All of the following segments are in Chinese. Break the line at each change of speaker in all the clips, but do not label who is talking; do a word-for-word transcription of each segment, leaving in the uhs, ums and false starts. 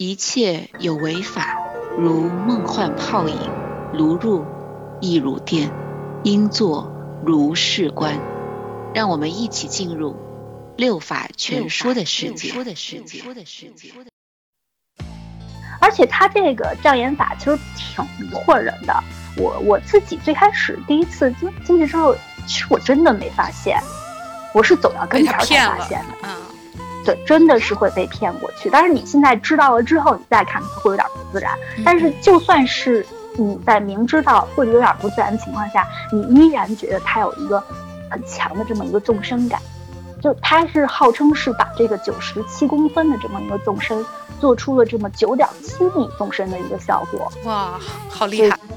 一切有为法，如梦幻泡影，如入亦如电，应作如是观。让我们一起进入六法全书的世界。
而且他这个障眼法其实挺迷惑人的。我我自己最开始第一次进进去之后，其实我真的没发现，我是走到跟前才发现的。
嗯，
对，真的是会被骗过去。但是你现在知道了之后，你再看会有点不自然。但是就算是你在明知道或者有点不自然的情况下，你依然觉得它有一个很强的这么一个纵深感。就它是号称是把这个九十七公分的这么一个纵深，做出了这么九点七米纵深的一个效果。
哇，好厉害！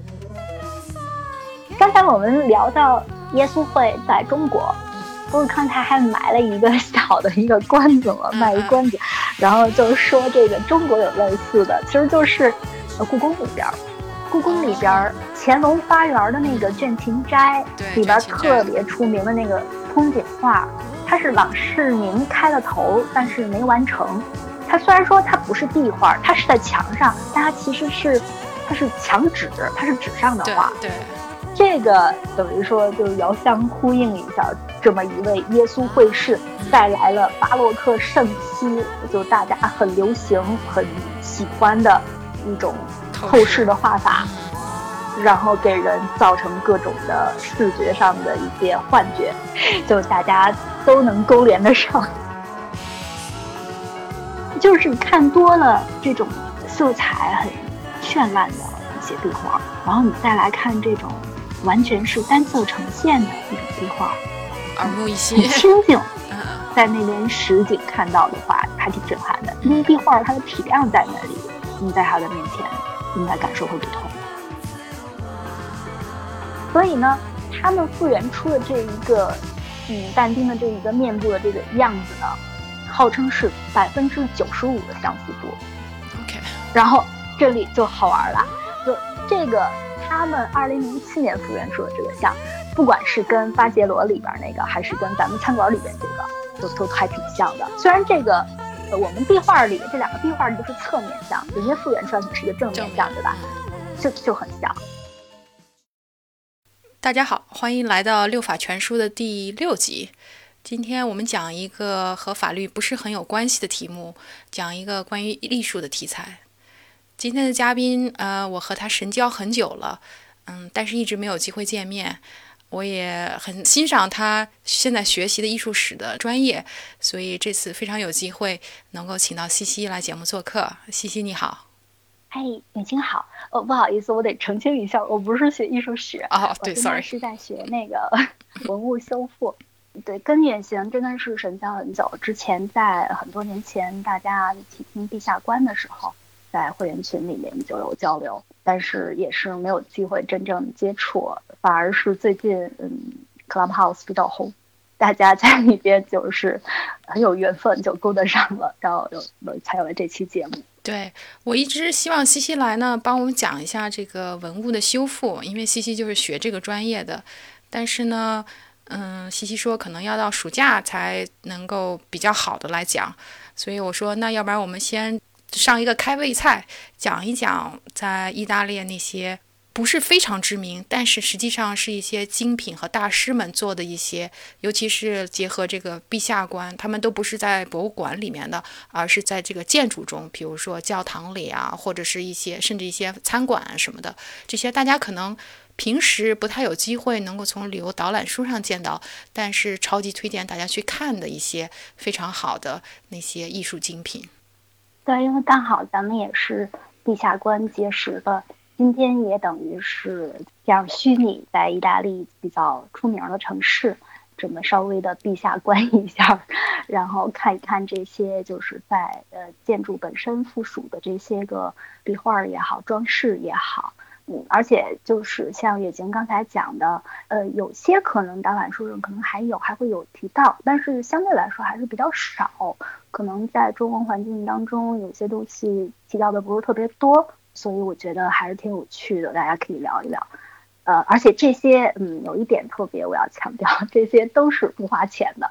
刚才我们聊到耶稣会在中国，不是刚才还埋了一个小的一个关子吗？卖一关子，然后就说这个中国有类似的，其实就是故宫里边，故宫里边乾隆花园的那个倦勤斋里边特别出名的那个风景画，它是郎世宁开了头，但是没完成。它虽然说它不是壁画，它是在墙上，但它其实是它是墙纸，它是纸上的画。
对。对
这个等于说就是遥相呼应一下，这么一位耶稣会士带来了巴洛克盛期，就大家很流行很喜欢的一种透视的画法，然后给人造成各种的视觉上的一些幻觉，就大家都能勾连得上。就是看多了这种色彩很绚烂的一些壁画，然后你再来看这种完全是单色呈现的一种壁画，
耳目一新，
很清静。在那边实景看到的话，还挺震撼的。因为壁画它的体量在那里，你在它的面前，应该感受会不同。所以呢，他们复原出的这一个，嗯，但丁的这一个面部的这个样子呢，号称是百分之九十五的相似度。
OK，
然后这里就好玩了，就这个。他们二零零七年复原出的这个像，不管是跟巴杰罗里边那个，还是跟咱们餐馆里边这个，都都还挺像的。虽然这个，呃，我们壁画里这两个壁画都是侧面像，人家复原出来是一个正面像，对吧？就就很像。
大家好，欢迎来到六法全书的第六集。今天我们讲一个和法律不是很有关系的题目，讲一个关于艺术的题材。今天的嘉宾，呃，我和他神交很久了，嗯，但是一直没有机会见面。我也很欣赏他现在学习的艺术史的专业，所以这次非常有机会能够请到西西来节目做客。西西你好。
哎，远近好。哦，不好意思，我得澄清一下，我不是学艺术史，
哦，对 ，sorry，
我是在学那个文物修复。对，跟远行真的是神交很久。之前在很多年前，大家一起听陛下观的时候。在会员群里面就有交流，但是也是没有机会真正接触，反而是最近嗯 Clubhouse 比较红，大家在里边就是很有缘分就勾搭上了，然后有有才有了这期节目。
对，我一直希望西西来呢帮我们讲一下这个文物的修复，因为西西就是学这个专业的，但是呢嗯，西西说可能要到暑假才能够比较好的来讲，所以我说那要不然我们先上一个开胃菜，讲一讲在意大利那些不是非常知名，但是实际上是一些精品和大师们做的一些，尤其是结合这个陛下观，他们都不是在博物馆里面的，而是在这个建筑中，比如说教堂里啊，或者是一些甚至一些餐馆什么的，这些大家可能平时不太有机会能够从旅游导览书上见到，但是超级推荐大家去看的一些非常好的那些艺术精品。
对，因为刚好咱们也是陛下观结识的，今天也等于是这样虚拟在意大利比较出名的城市，这么稍微的陛下观一下，然后看一看这些就是在呃建筑本身附属的这些个壁画也好，装饰也好。嗯，而且就是像月晶刚才讲的，呃，有些可能导览书上可能还有还会有提到，但是相对来说还是比较少。可能在中文环境当中，有些东西提到的不是特别多，所以我觉得还是挺有趣的，大家可以聊一聊。呃，而且这些，嗯，有一点特别我要强调，这些都是不花钱的。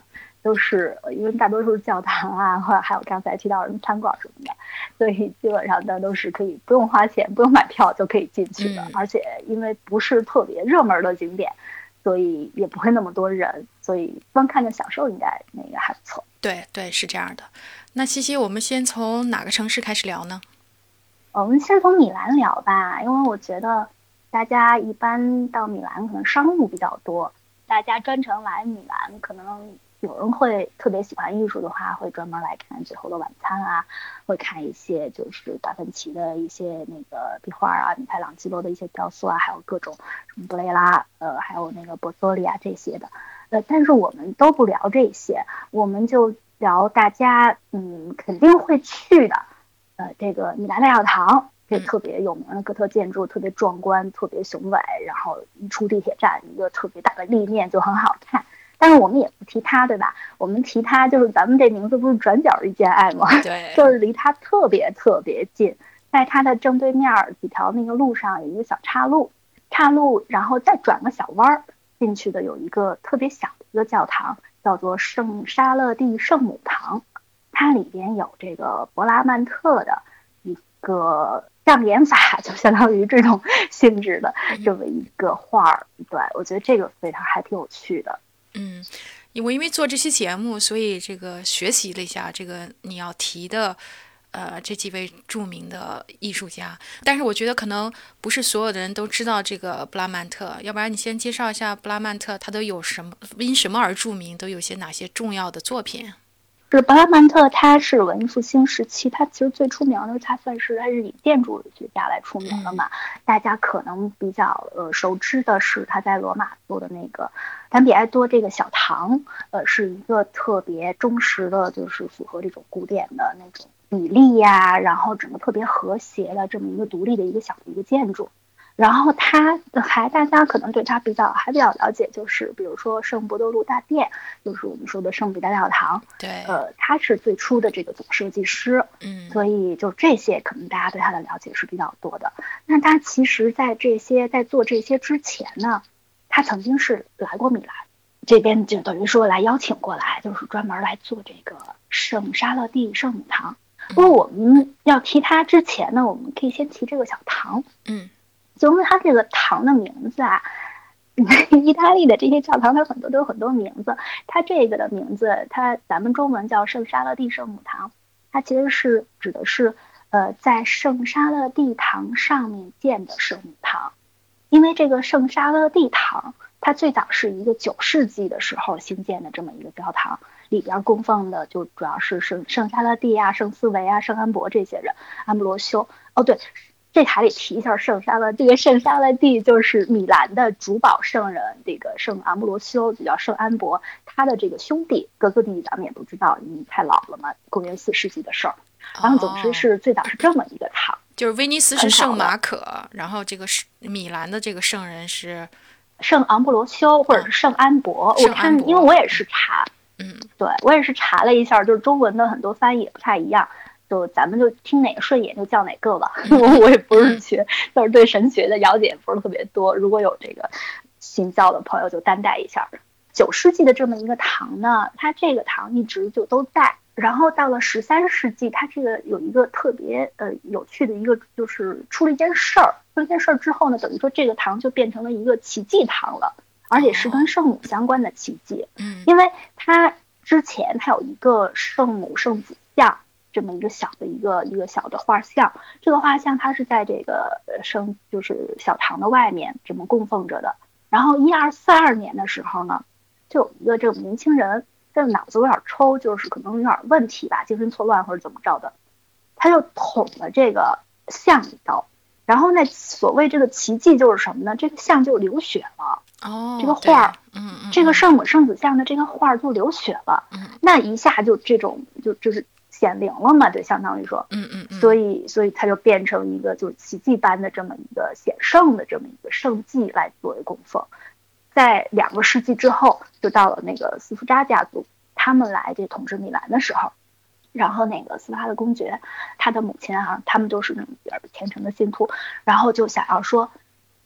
是因为大多数教堂啊，或者还有刚才提到什么餐馆什么的，所以基本上呢都是可以不用花钱、不用买票就可以进去的。
嗯、
而且因为不是特别热门的景点，所以也不会那么多人，所以光看着享受应该那个还不错。
对对，是这样的。那西西，我们先从哪个城市开始聊呢？
我们先从米兰聊吧，因为我觉得大家一般到米兰可能商务比较多，大家专程来米兰，可能有人会特别喜欢艺术的话，会专门来看《最后的晚餐》啊，会看一些就是达芬奇的一些那个壁画啊，米开朗基罗的一些雕塑啊，还有各种什么布雷拉，呃，还有那个博索里啊这些的。呃，但是我们都不聊这些，我们就聊大家嗯肯定会去的。呃，这个米兰大教堂，这特别有名的哥特建筑，特别壮观，特别雄伟，然后一出地铁站，一个特别大的立面就很好看。但是我们也不提它，对吧？我们提它就是咱们这名字不是转角遇见爱吗？
对，
就是离它特别特别近，在它的正对面几条那个路上有一个小岔路，岔路然后再转个小弯儿进去的有一个特别小的一个教堂，叫做圣沙勒蒂圣母堂。它里边有这个勃拉曼特的一个障眼法，就相当于这种性质的这么一个画儿。对，我觉得这个非常还挺有趣的。
嗯，我因为做这期节目，所以这个学习了一下这个你要提的呃这几位著名的艺术家，但是我觉得可能不是所有的人都知道这个布拉曼特，要不然你先介绍一下布拉曼特，他都有什么，因什么而著名，都有些哪些重要的作品？
是布拉曼特，他是文艺复兴时期，他其实最出名的，他算是他是以建筑学家来出名的嘛。嗯、大家可能比较呃熟知的是他在罗马做的那个坦比埃多这个小堂，呃，是一个特别忠实的，就是符合这种古典的那种比例呀、啊，然后整个特别和谐的这么一个独立的一个小的一个建筑。然后他还大家可能对他比较还比较了解，就是比如说圣伯多禄大殿，就是我们说的圣彼得教堂。
对，
呃，他是最初的这个总设计师，
嗯，
所以就这些可能大家对他的了解是比较多的。那他其实在这些在做这些之前呢，他曾经是来过米兰这边，就等于说来邀请过来，就是专门来做这个圣沙勒蒂圣母堂。不过我们要提他之前呢，我们可以先提这个小堂，
嗯。
就因为它这个堂的名字啊，意大利的这些教堂它很多都有很多名字，它这个的名字，它咱们中文叫圣沙勒蒂圣母堂，它其实是指的是呃在圣沙勒蒂堂上面建的圣母堂，因为这个圣沙勒蒂堂它最早是一个九世纪的时候兴建的这么一个教堂，里边供奉的就主要是圣圣沙勒蒂啊、圣斯维啊、圣安博这些人，安布罗修。哦对。这还得提一下圣沙勒，这个圣沙勒蒂就是米兰的主保圣人，这个圣安布罗修就叫圣安博，他的这个兄弟哥哥弟弟咱们也不知道，你太老了嘛，公元四世纪的事儿。然后总之是最早是这么一个堂，
就是威尼斯是圣马可，然后这个是米兰的这个圣人是
圣昂布罗修或者是圣安博。
嗯、
我看，因为我也是查，
嗯，
对我也是查了一下，就是中文的很多翻译也不太一样。就咱们就听哪个顺眼就叫哪个吧，我也不是学，就是对神学的了解不是特别多。如果有这个信教的朋友就担待一下。九世纪的这么一个堂呢，它这个堂一直就都在。然后到了十三世纪，它这个有一个特别呃有趣的一个，就是出了一件事儿。出了一件事儿之后呢，等于说这个堂就变成了一个奇迹堂了，而且是跟圣母相关的奇迹。
嗯，
因为它之前它有一个圣母圣子像。这么一个小的一个一个小的画像，这个画像它是在这个圣就是小堂的外面这么供奉着的。然后一二四二年的时候呢，就有一个这个年轻人，这个脑子有点抽，就是可能有点问题吧，精神错乱或者怎么着的，他就捅了这个像一刀。然后那所谓这个奇迹就是什么呢？这个像就流血了。
哦，
这个画，
嗯嗯，
这个圣母圣子像的这个画就流血了。
嗯，
那一下就这种就就是显灵了嘛，就相当于说，
嗯嗯嗯，
所以所以它就变成一个就是奇迹般的这么一个显圣的这么一个圣迹来作为供奉。在两个世纪之后，就到了那个斯夫扎家族，他们来这统治米兰的时候，然后那个斯巴达公爵，他的母亲啊，他们都是那种比较虔诚的信徒，然后就想要说，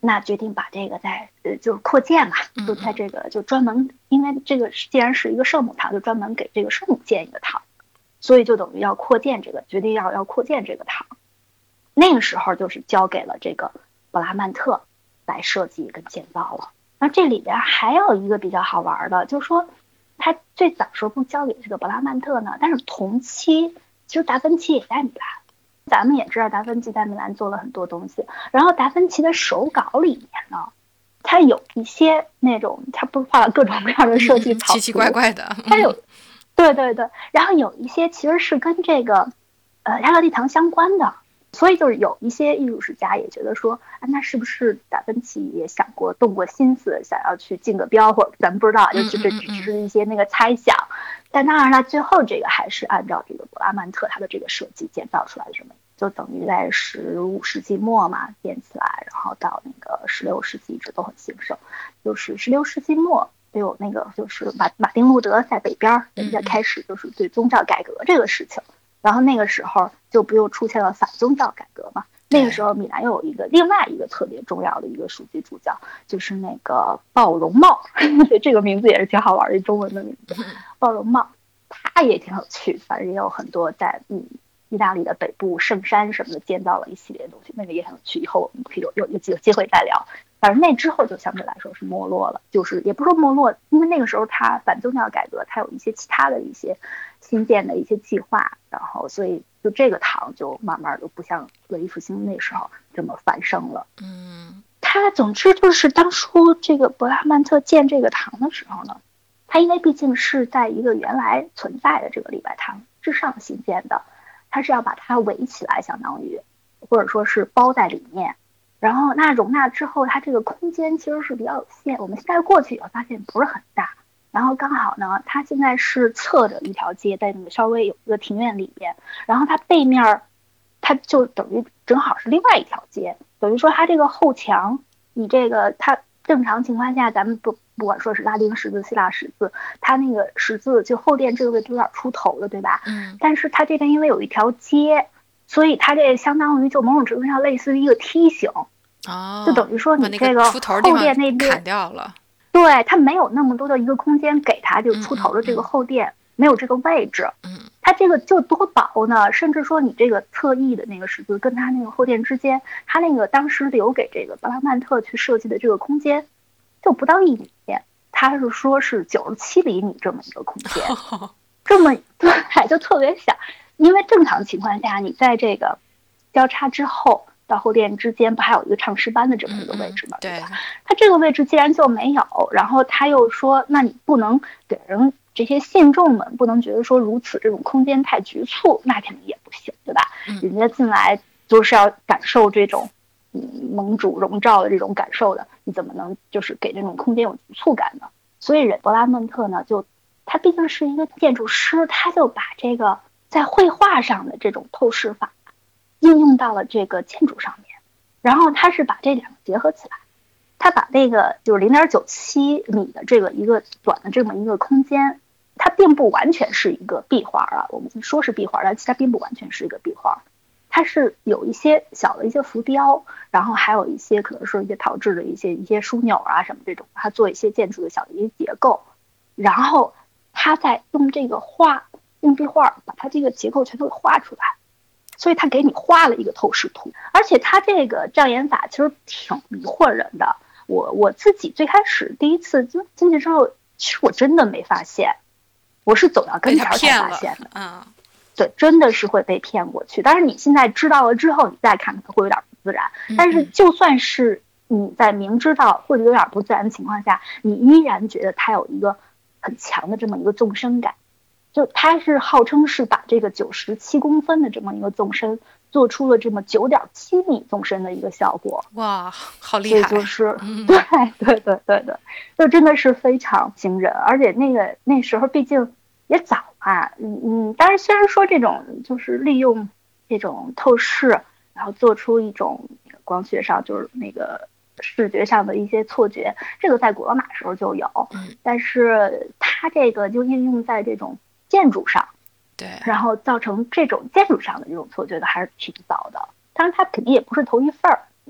那决定把这个再呃就是扩建嘛，就在这个就专门，因为这个既然是一个圣母堂，就专门给这个圣母建一个堂，所以就等于要扩建这个，决定要要扩建这个堂。那个时候就是交给了这个勃拉曼特来设计跟建造了。那这里边还有一个比较好玩的，就是说他最早时候不交给这个勃拉曼特呢，但是同期其实达芬奇也在米兰。咱们也知道达芬奇在米兰做了很多东西，然后达芬奇的手稿里面呢，他有一些那种他不是画了各种各样的设计草图，
奇奇怪怪的，
他有，对对对，然后有一些其实是跟这个呃亚克力堂相关的，所以就是有一些艺术史家也觉得说，啊，那是不是达芬奇也想过动过心思，想要去竞个标，或者咱们不知道，就这只是一些那个猜想。但当然了，最后这个还是按照这个勃拉曼特他的这个设计建造出来的，什么就等于在十五世纪末嘛建起来，然后到那个十六世纪一直都很兴盛。就是十六世纪末就有那个就是马马丁路德在北边，人家开始就是对宗教改革这个事情，然后那个时候就不又出现了反宗教改革嘛。那个时候米兰又有一个另外一个特别重要的一个书记主教，就是那个鲍荣茂这个名字也是挺好玩的中文的名字。鲍荣茂他也挺有趣，反正也有很多在嗯意大利的北部圣山什么的建造了一系列东西，那个也很有趣，以后我们可以有有有有机会再聊。反正那之后就相对来说是没落了，就是也不说没落，因为那个时候他反宗教改革，他有一些其他的一些新建的一些计划，然后所以就这个堂就慢慢就不像文艺复兴那时候这么繁盛了。
嗯，
他总之就是当初这个勃拉曼特建这个堂的时候呢，他因为毕竟是在一个原来存在的这个礼拜堂之上新建的，他是要把它围起来，相当于或者说是包在里面。然后那容纳之后，它这个空间其实是比较有限。我们现在过去以后发现不是很大。然后刚好呢，它现在是侧着一条街，在那个稍微有一个庭院里边，然后它背面，它就等于正好是另外一条街，等于说它这个后墙，你这个它正常情况下，咱们不不管说是拉丁十字、希腊十字，它那个十字就后殿这个位置有点出头的，对吧？
嗯。
但是它这边因为有一条街，所以它这相当于就某种程度上类似于一个梯形。
哦，
就等于说你这
个
后殿那边
砍掉了，
对，它没有那么多的一个空间给它就出头的这个后殿，嗯嗯嗯没有这个位置，
嗯，
它这个就多薄呢，甚至说你这个侧翼的那个十字跟它那个后殿之间，它那个当时留给这个巴拉曼特去设计的这个空间就不到一米，它是说是九十七厘米这么一个空间，哦、这么对，就特别小，因为正常情况下你在这个交叉之后。到后殿之间不还有一个唱诗班的这么一个位置吗？
嗯、对吧？
他这个位置既然就没有，然后他又说，那你不能给人这些信众们不能觉得说如此这种空间太局促，那肯定也不行，对吧？
嗯、
人家进来就是要感受这种嗯盟主荣照的这种感受的，你怎么能就是给这种空间有局促感呢？所以人勃拉曼特呢，就他毕竟是一个建筑师，他就把这个在绘画上的这种透视法。应用到了这个建筑上面，然后他是把这两个结合起来，他把那个就是零点九七米的这个一个短的这么一个空间，它并不完全是一个壁画啊，我们说是壁画，但其实它并不完全是一个壁画，它是有一些小的一些浮雕，然后还有一些可能是一些陶制的一些一些枢纽啊什么这种，它做一些建筑的小的一些结构，然后他再用这个画用壁画把它这个结构全都给画出来。所以他给你画了一个透视图，而且他这个障眼法其实挺迷惑人的。我我自己最开始第一次就进去之后，其实我真的没发现，我是走到跟前才发现的。
嗯，
对，真的是会被骗过去。但是你现在知道了之后，你再看它会有点不自然。但是就算是你在明知道或者有点不自然的情况下，你依然觉得它有一个很强的这么一个纵深感。就它是号称是把这个九十七公分的这么一个纵深做出了这么九点七米纵深的一个效果。
哇，好厉害！
所以就是、
嗯、
对对对对对，就真的是非常惊人。而且那个那时候毕竟也早啊，嗯嗯，但是虽然说这种就是利用这种透视，然后做出一种光学上就是那个视觉上的一些错觉，这个在古罗马时候就有，
嗯、
但是它这个就应用在这种建筑上，
对，
然后造成这种建筑上的这种错觉的还是挺早的。当然它肯定也不是头一份儿，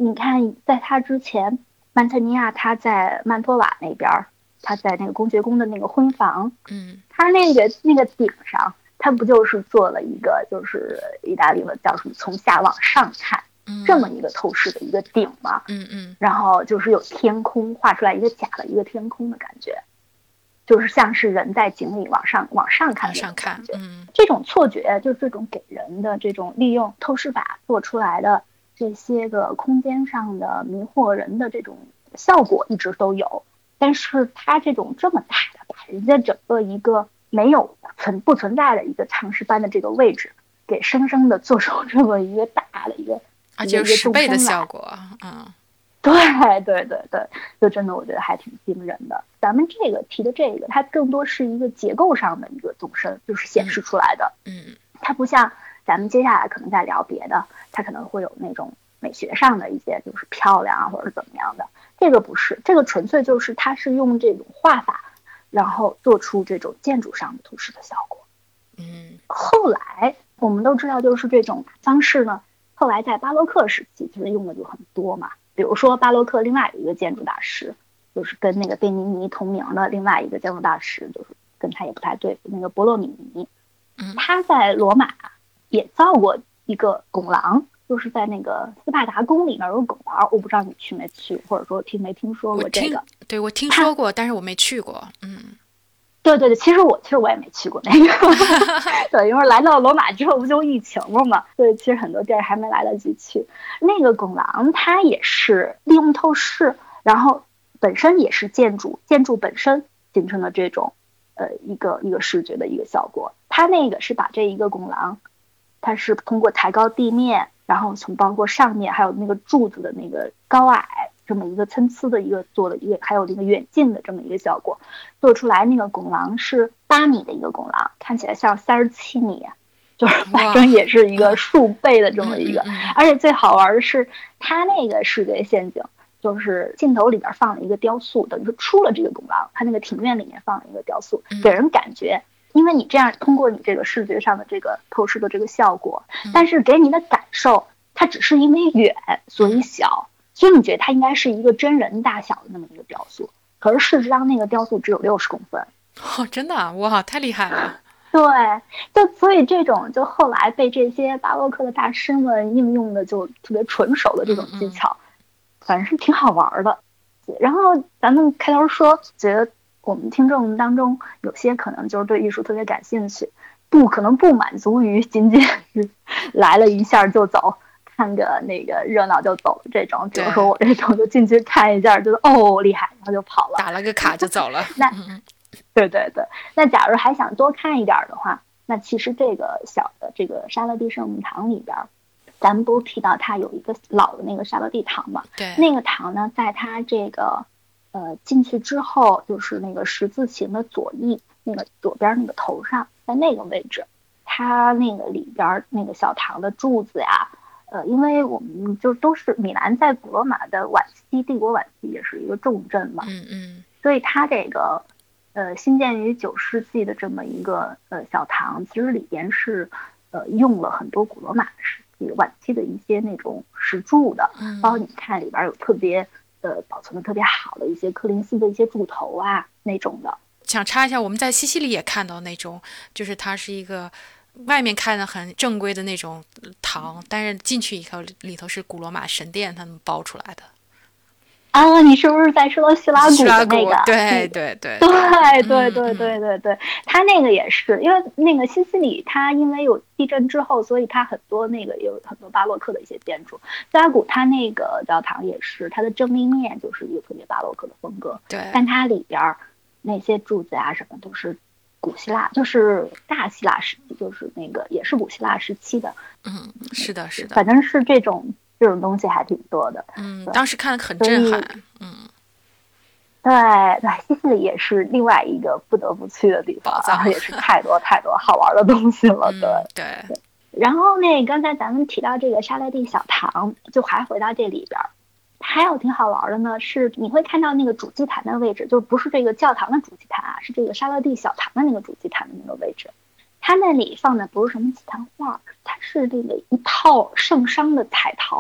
你看在他之前，曼特尼亚他在曼托瓦那边，他在那个公爵宫的那个婚房，
嗯，
他那个那个顶上，他不就是做了一个就是意大利文叫什么从下往上看、嗯、这么一个透视的一个顶嘛，
嗯嗯，
然后就是有天空，画出来一个假的一个天空的感觉，就是像是人在井里往上往上看的那种感觉。
嗯，
这种错觉就是这种给人的这种利用透视法做出来的这些个空间上的迷惑人的这种效果一直都有，但是它这种这么大的把人家整个一个没有存不存在的一个常识班的这个位置给生生的做出这么一个大的一个
而且有十倍的效果。嗯，
对对对对，就真的我觉得还挺惊人的。咱们这个提的这个它更多是一个结构上的一个纵深，就是显示出来的。
嗯，
它不像咱们接下来可能在聊别的，它可能会有那种美学上的一些就是漂亮啊或者怎么样的，这个不是，这个纯粹就是它是用这种画法然后做出这种建筑上的透视的效果。
嗯，
后来我们都知道就是这种方式呢，后来在巴洛克时期其实用的就很多嘛，比如说巴洛克另外一个建筑大师，就是跟那个贝尼尼同名的另外一个建筑大师，就是跟他也不太对付，那个博洛米尼，他在罗马也造过一个拱廊，就是在那个斯帕达宫里面有个拱廊，我不知道你去没去，或者说听没听说过这个。
对，我听说过，但是我没去过。嗯，
对对对，其实我其实我也没去过那个，对，因为来到罗马之后不就疫情了嘛，所以其实很多地儿还没来得及去。那个拱廊它也是利用透视，然后本身也是建筑，建筑本身形成了这种呃一个一个视觉的一个效果。它那个是把这一个拱廊，它是通过抬高地面，然后从包括上面还有那个柱子的那个高矮这么一个参差的一个做的一个，还有那个远近的这么一个效果，做出来那个拱廊是八米的一个拱廊，看起来像三十七米，就是反正也是一个数倍的这么一个，而且最好玩的是它那个视觉陷阱，就是镜头里边放了一个雕塑，等于说出了这个拱廊，它那个庭院里面放了一个雕塑，给人感觉。因为你这样通过你这个视觉上的这个透视的这个效果，但是给你的感受它只是因为远所以小，所以你觉得它应该是一个真人大小的那么一个雕塑，可是事实上那个雕塑只有六十公分。
哦，真的啊？哇，太厉害了。
对，就所以这种就后来被这些巴洛克的大师们应用的就特别纯熟的这种技巧，嗯嗯，反正是挺好玩的。然后咱们开头说觉得我们听众当中有些可能就是对艺术特别感兴趣，不可能不满足于仅仅是来了一下就走，看个那个热闹就走这种，比如说我这种就进去看一下觉得哦厉害，然后就跑了，
打了个卡就走了。
那对对对，那假如还想多看一点的话，那其实这个小的这个沙勒蒂圣母堂里边，咱们不是提到它有一个老的那个沙勒蒂堂嘛？
对，
那个堂呢，在它这个呃进去之后，就是那个十字形的左翼，那个左边那个头上，在那个位置，它那个里边那个小堂的柱子呀，呃，因为我们就都是米兰在古罗马的晚期，帝国晚期也是一个重镇嘛，
嗯嗯，
所以它这个呃新建于九世纪的这么一个呃小堂，其实里边是呃用了很多古罗马时期晚期的一些那种石柱的，包括你看里边有特别呃保存的特别好的一些柯林斯的一些柱头啊那种的。
想插一下，我们在西西里也看到那种，就是它是一个外面看的很正规的那种堂，但是进去以后里头是古罗马神殿他们包出来的。
啊，你是不是在说希拉古的那个？
对对对
对对对对对对对，他那个也是，因为那个西西里，它因为有地震之后，所以它很多那个有很多巴洛克的一些建筑。希拉古它那个教堂也是，它的正立面就是一个特别巴洛克的风格。
对，
但它里边那些柱子啊什么都是古希腊，就是大希腊时期，就是那个也是古希腊时期的。
嗯，是的，是的，
反正是这种。这种东西还挺多的，
嗯，当时看很震撼，嗯，
对对，西西里也是另外一个不得不去的地方，然后也是太多太多好玩的东西了，对、
嗯、对,
对。然后那刚才咱们提到这个沙勒蒂小堂，就还回到这里边，还有挺好玩的呢，是你会看到那个主祭坛的位置，就不是这个教堂的主祭坛啊，是这个沙勒蒂小堂的那个主祭坛的那个位置。它那里放的不是什么祭坛画，它是这个一套圣殇的彩陶，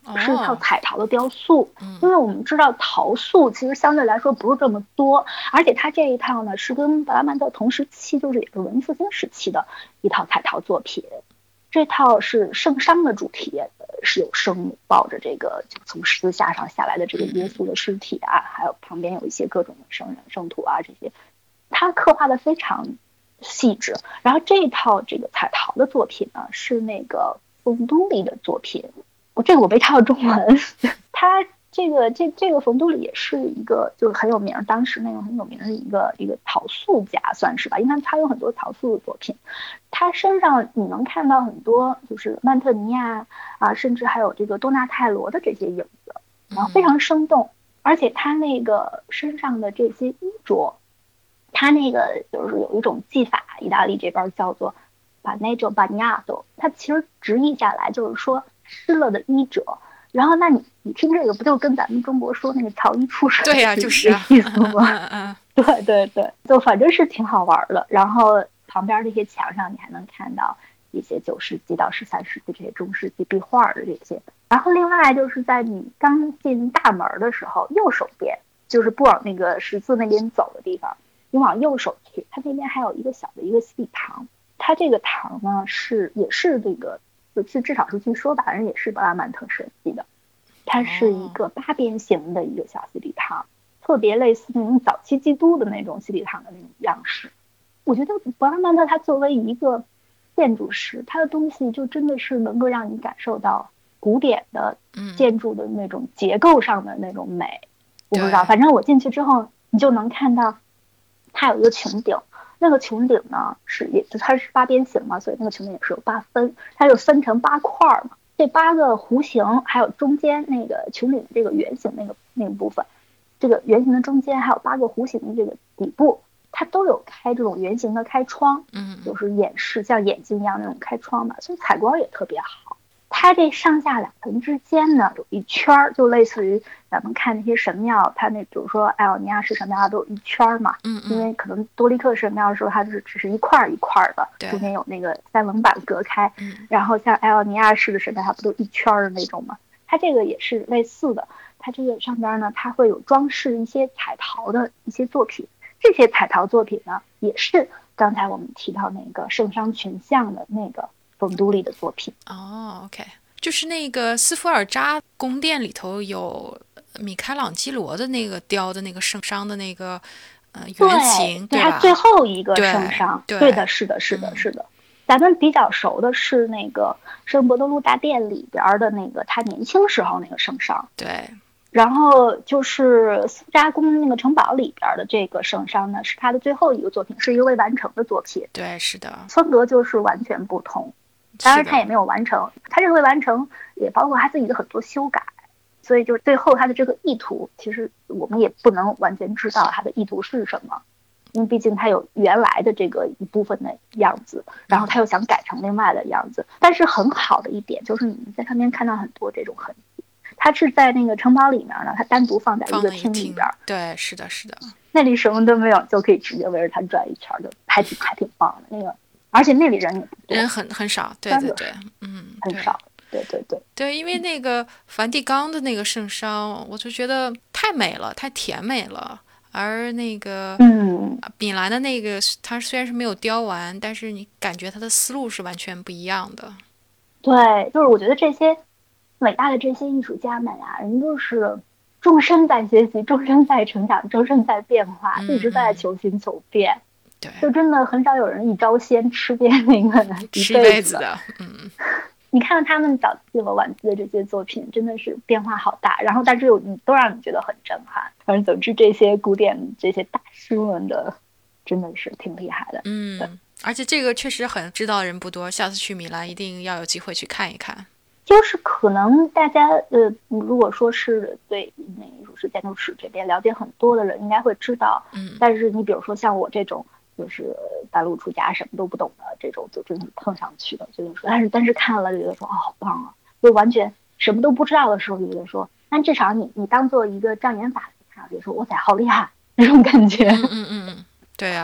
是一套彩陶的雕塑。
嗯，
因为我们知道陶塑其实相对来说不是这么多，而且它这一套呢是跟巴拉曼特同时期，就是也是文艺复兴时期的一套彩陶作品。这套是圣殇的主题，是有圣母抱着这个就从十字架上下来的这个耶稣的尸体啊，还有旁边有一些各种的圣人圣徒啊，这些它刻画的非常细致。然后这一套这个彩陶的作品呢是那个冯都里的作品，我这个我没看到中文。他这个这这个冯都里也是一个就是很有名，当时那个很有名的一个一个陶塑家算是吧，因为他有很多陶塑的作品。他身上你能看到很多就是曼特尼亚啊，甚至还有这个多纳泰罗的这些影子，然后非常生动。而且他那个身上的这些衣着，他那个就是有一种技法，意大利这边叫做 baneggio bagnato， 它其实直译下来就是说湿了的衣褶。然后那你你听这个不就跟咱们中国说那个曹衣出水
对呀、啊，就是
意思吗？
嗯嗯，
对对对，就反正是挺好玩的。然后旁边这些墙上你还能看到一些九世纪到十三世纪这些中世纪壁画的这些。然后另外就是在你刚进大门的时候，右手边就是不往那个十字那边走的地方，你往右手去，它那边还有一个小的一个洗礼堂。它这个堂呢是也是这个就至少是据说吧，反正也是巴拉曼特设计的。它是一个八边形的一个小洗礼堂，特别类似那种早期基督的那种洗礼堂的那种样式。我觉得巴拉曼特他作为一个建筑师，他的东西就真的是能够让你感受到古典的建筑的那种结构上的那种美。我不知道，反正我进去之后，你就能看到它有一个穹顶，那个穹顶呢是也它是八边形嘛，所以那个穹顶也是有八分，它就分成八块嘛。这八个弧形，还有中间那个穹顶这个圆形那个那个部分，这个圆形的中间还有八个弧形的这个底部，它都有开这种圆形的开窗，
嗯，
就是演示像眼睛一样那种开窗嘛，所以采光也特别好。它这上下两层之间呢有一圈，就类似于咱们看那些神庙，它那比如说艾奥尼亚式神庙它都有一圈嘛，
嗯嗯，
因为可能多利克神庙的时候它是只是一块一块的，中间有那个三棱板隔开，
嗯，
然后像艾奥尼亚式的神庙它不都一圈的那种嘛，它这个也是类似的。它这个上边呢它会有装饰一些彩陶的一些作品，这些彩陶作品呢也是刚才我们提到那个圣殇群像的那个冯都里的作品。
哦 OK， 就是那个斯福尔扎宫殿里头有米开朗基罗的那个雕的那个圣殇的那个呃原型，
对
吧？
它最后一个圣殇，
对，
对的，是的，是的，是的。咱们比较熟的是那个圣伯多禄大殿里边的那个他年轻时候那个圣殇，
对。
然后就是苏扎宫那个城堡里边的这个圣殇呢，是他的最后一个作品，是一个未完成的作品。
对，是的，
风格就是完全不同。当然他也没有完成，他这个未完成也包括他自己的很多修改，所以就是最后他的这个意图，其实我们也不能完全知道他的意图是什么，因为毕竟他有原来的这个一部分的样子，然后他又想改成另外的样子。但是很好的一点就是你们在上面看到很多这种痕迹，它是在那个城堡里面呢，它单独放在一个厅里边。
对，是的，是的。
那里什么都没有，就可以直接围着它转一圈，就还挺还挺棒的那个。而且那里人也不多，
人很很少，对对对，嗯，
很少，对对对
对，因为那个梵蒂冈的那个圣殇，我就觉得太美了，太甜美了。而那个，
嗯，
米兰的那个，它虽然是没有雕完，但是你感觉它的思路是完全不一样的。
对，就是我觉得这些伟大的这些艺术家们啊，人都是终身在学习，终身在成长，终身在变化，
嗯、
一直在求新求变。
对，
就真的很少有人一招鲜吃遍那个
一辈子的。嗯，
你看他们早期和晚期的这些作品，真的是变化好大，然后但是有你都让你觉得很震撼。反正总之，这些古典这些大师们的真的是挺厉害的。
嗯，而且这个确实很知道人不多，下次去米兰一定要有机会去看一看。
就是可能大家呃，如果说是对那艺术史、建筑史这边了解很多的人，应该会知道。
嗯，
但是你比如说像我这种就是半路出家什么都不懂的这种，就真的碰上去了，觉得说，但是但是看了就觉得说，哦，好棒啊！就完全什么都不知道的时候，就觉得说，但至少你你当做一个障眼法看，就说哇塞，好厉害那种感觉。
嗯嗯嗯，对啊。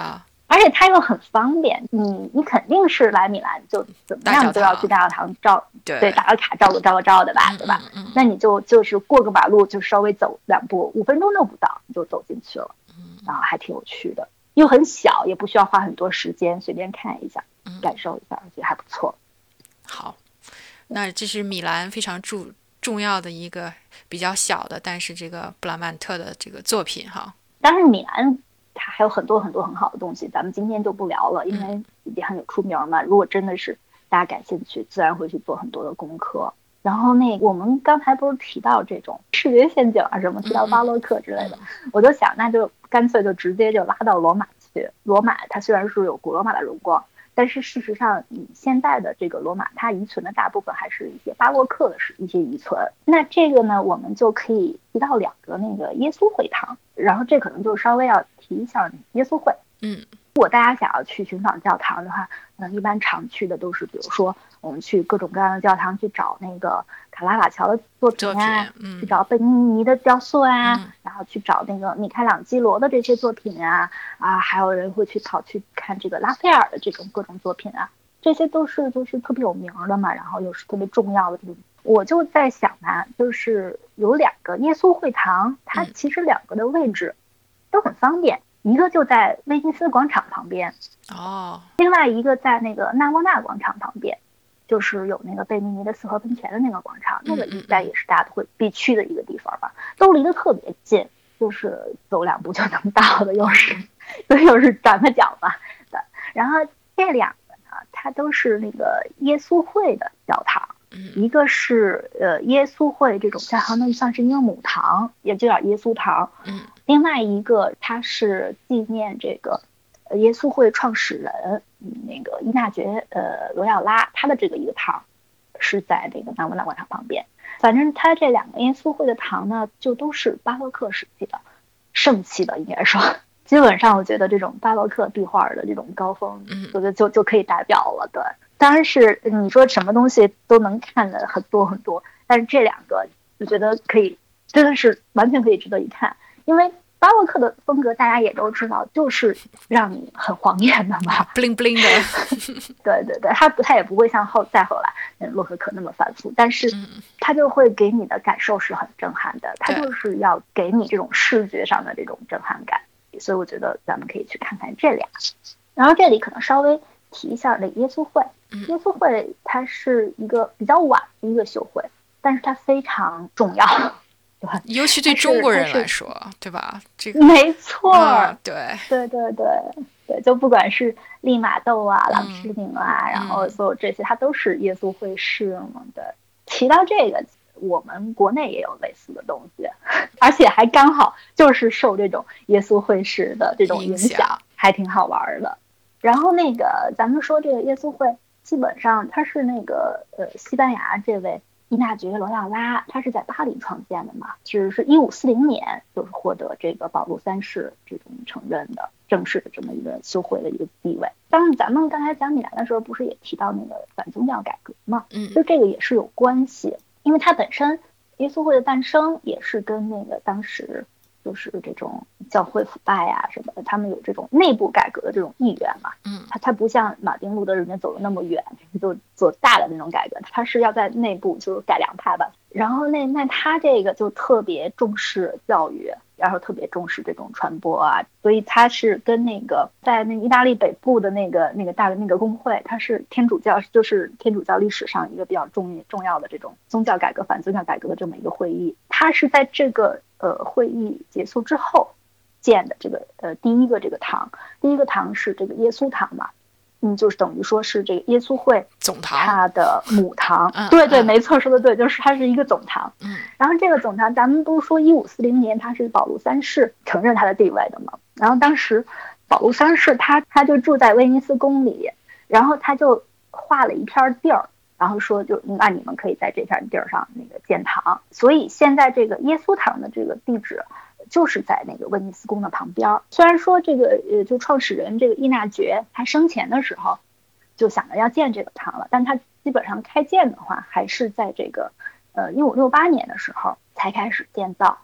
而且它又很方便，你你肯定是来米兰就怎么样都要去大教堂照，
对
对，打个卡照个照个照的吧，
嗯、
对吧？
嗯嗯、
那你就就是过个马路就稍微走两步，五分钟都不到你就走进去了，
嗯，
然后还挺有趣的，又很小，也不需要花很多时间，随便看一下，
嗯、
感受一下，我觉得还不错。
好，那这是米兰非常重重要的一个比较小的，但是这个布拉曼特的这个作品哈。
当然米兰它还有很多很多很好的东西，咱们今天就不聊了，因为也很有出名嘛。如果真的是大家感兴趣，自然会去做很多的功课。然后那我们刚才不是提到这种视觉陷阱啊什么，提到巴洛克之类的，我就想那就干脆就直接就拉到罗马去。罗马它虽然是有古罗马的荣光，但是事实上你现在的这个罗马它遗存的大部分还是一些巴洛克的一些遗存。那这个呢我们就可以提到两个那个耶稣会堂，然后这可能就稍微要提一下耶稣会。
嗯，
如果大家想要去寻访教堂的话，嗯，一般常去的都是比如说我们去各种各样的教堂去找那个卡拉瓦乔的作品啊，
嗯、
去找贝尼尼的雕塑啊、
嗯、
然后去找那个米开朗基罗的这些作品啊，啊，还有人会去跑去看这个拉斐尔的这种各种作品啊，这些都是就是特别有名的嘛，然后又是特别重要的这种。我就在想呢，就是有两个耶稣会堂，它其实两个的位置都很方便。一个就在威尼斯广场旁边，
哦，
另外一个在那个纳沃纳广场旁边，就是有那个贝尼尼的四合喷泉的那个广场，那个应该也是大家都会必去的一个地方吧，都离得特别近，就是走两步就能到的，又是，所以又是转个角嘛。对，然后这两个呢，它都是那个耶稣会的教堂。一个是呃耶稣会这种教堂呢，像是一个母堂，也就叫耶稣堂。
嗯，
另外一个它是纪念这个呃耶稣会创始人那个伊纳爵呃罗耀拉，他的这个一个堂是在这个纳沃纳广场旁边。反正他这两个耶稣会的堂呢，就都是巴洛克时期的盛期的，应该说。基本上我觉得这种巴洛克壁画的这种高峰，我觉得就就可以代表了。对，当然是你说什么东西都能看的很多很多，但是这两个我觉得可以，真的是完全可以值得一看。因为巴洛克的风格大家也都知道，就是让你很晃眼的嘛
，bling bling 的。
对对对，它不，它也不会像后再后来嗯洛可可那么繁复，但是它就会给你的感受是很震撼的，它就是要给你这种视觉上的这种震撼感。所以我觉得咱们可以去看看这俩。然后这里可能稍微提一下那个耶稣会，耶稣会它是一个比较晚的一个修会，但是它非常重要，对吧？
尤其对中国人来说，对吧？这个
没错、
嗯，对
对对对对，就不管是利玛窦啊、郎世宁啊、嗯，然后所有这些，它都是耶稣会士嘛。对，提到这个。我们国内也有类似的东西，而且还刚好就是受这种耶稣会士的这种影响，还挺好玩的。然后那个咱们说这个耶稣会，基本上它是那个呃西班牙这位伊纳爵罗耀拉，他是在巴黎创建的嘛，是是一五四零年就是获得这个保禄三世这种承认的正式的这么一个修会的一个地位。当然咱们刚才讲米兰的时候，不是也提到那个反宗教改革嘛，
嗯，
就这个也是有关系。因为它本身耶稣会的诞生也是跟那个当时就是这种教会腐败啊什么的，他们有这种内部改革的这种意愿嘛。
嗯，
它它不像马丁路德人家走的那么远，就做大的那种改革，它是要在内部就是改良它吧。然后那那他这个就特别重视教育，然后特别重视这种传播啊，所以他是跟那个在那意大利北部的那个那个大的那个公会，它是天主教，就是天主教历史上一个比较重重要的这种宗教改革、反宗教改革的这么一个会议。它是在这个呃会议结束之后建的这个呃第一个这个堂，第一个堂是这个耶稣堂嘛。嗯，就是等于说是这个耶稣会
总堂，
它的母堂，
嗯、
对对，没错，说的对，就是它是一个总堂。
嗯，
然后这个总堂，咱们不是说一五四零年他是保禄三世承认他的地位的吗？然后当时保禄三世他他就住在威尼斯宫里，然后他就划了一片地儿，然后说就那你们可以在这片地儿上那个建堂。所以现在这个耶稣堂的这个地址就是在那个威尼斯宫的旁边。虽然说这个呃，就创始人这个伊纳爵他生前的时候就想着要建这个堂了，但他基本上开建的话还是在这个呃一五六八年的时候才开始建造。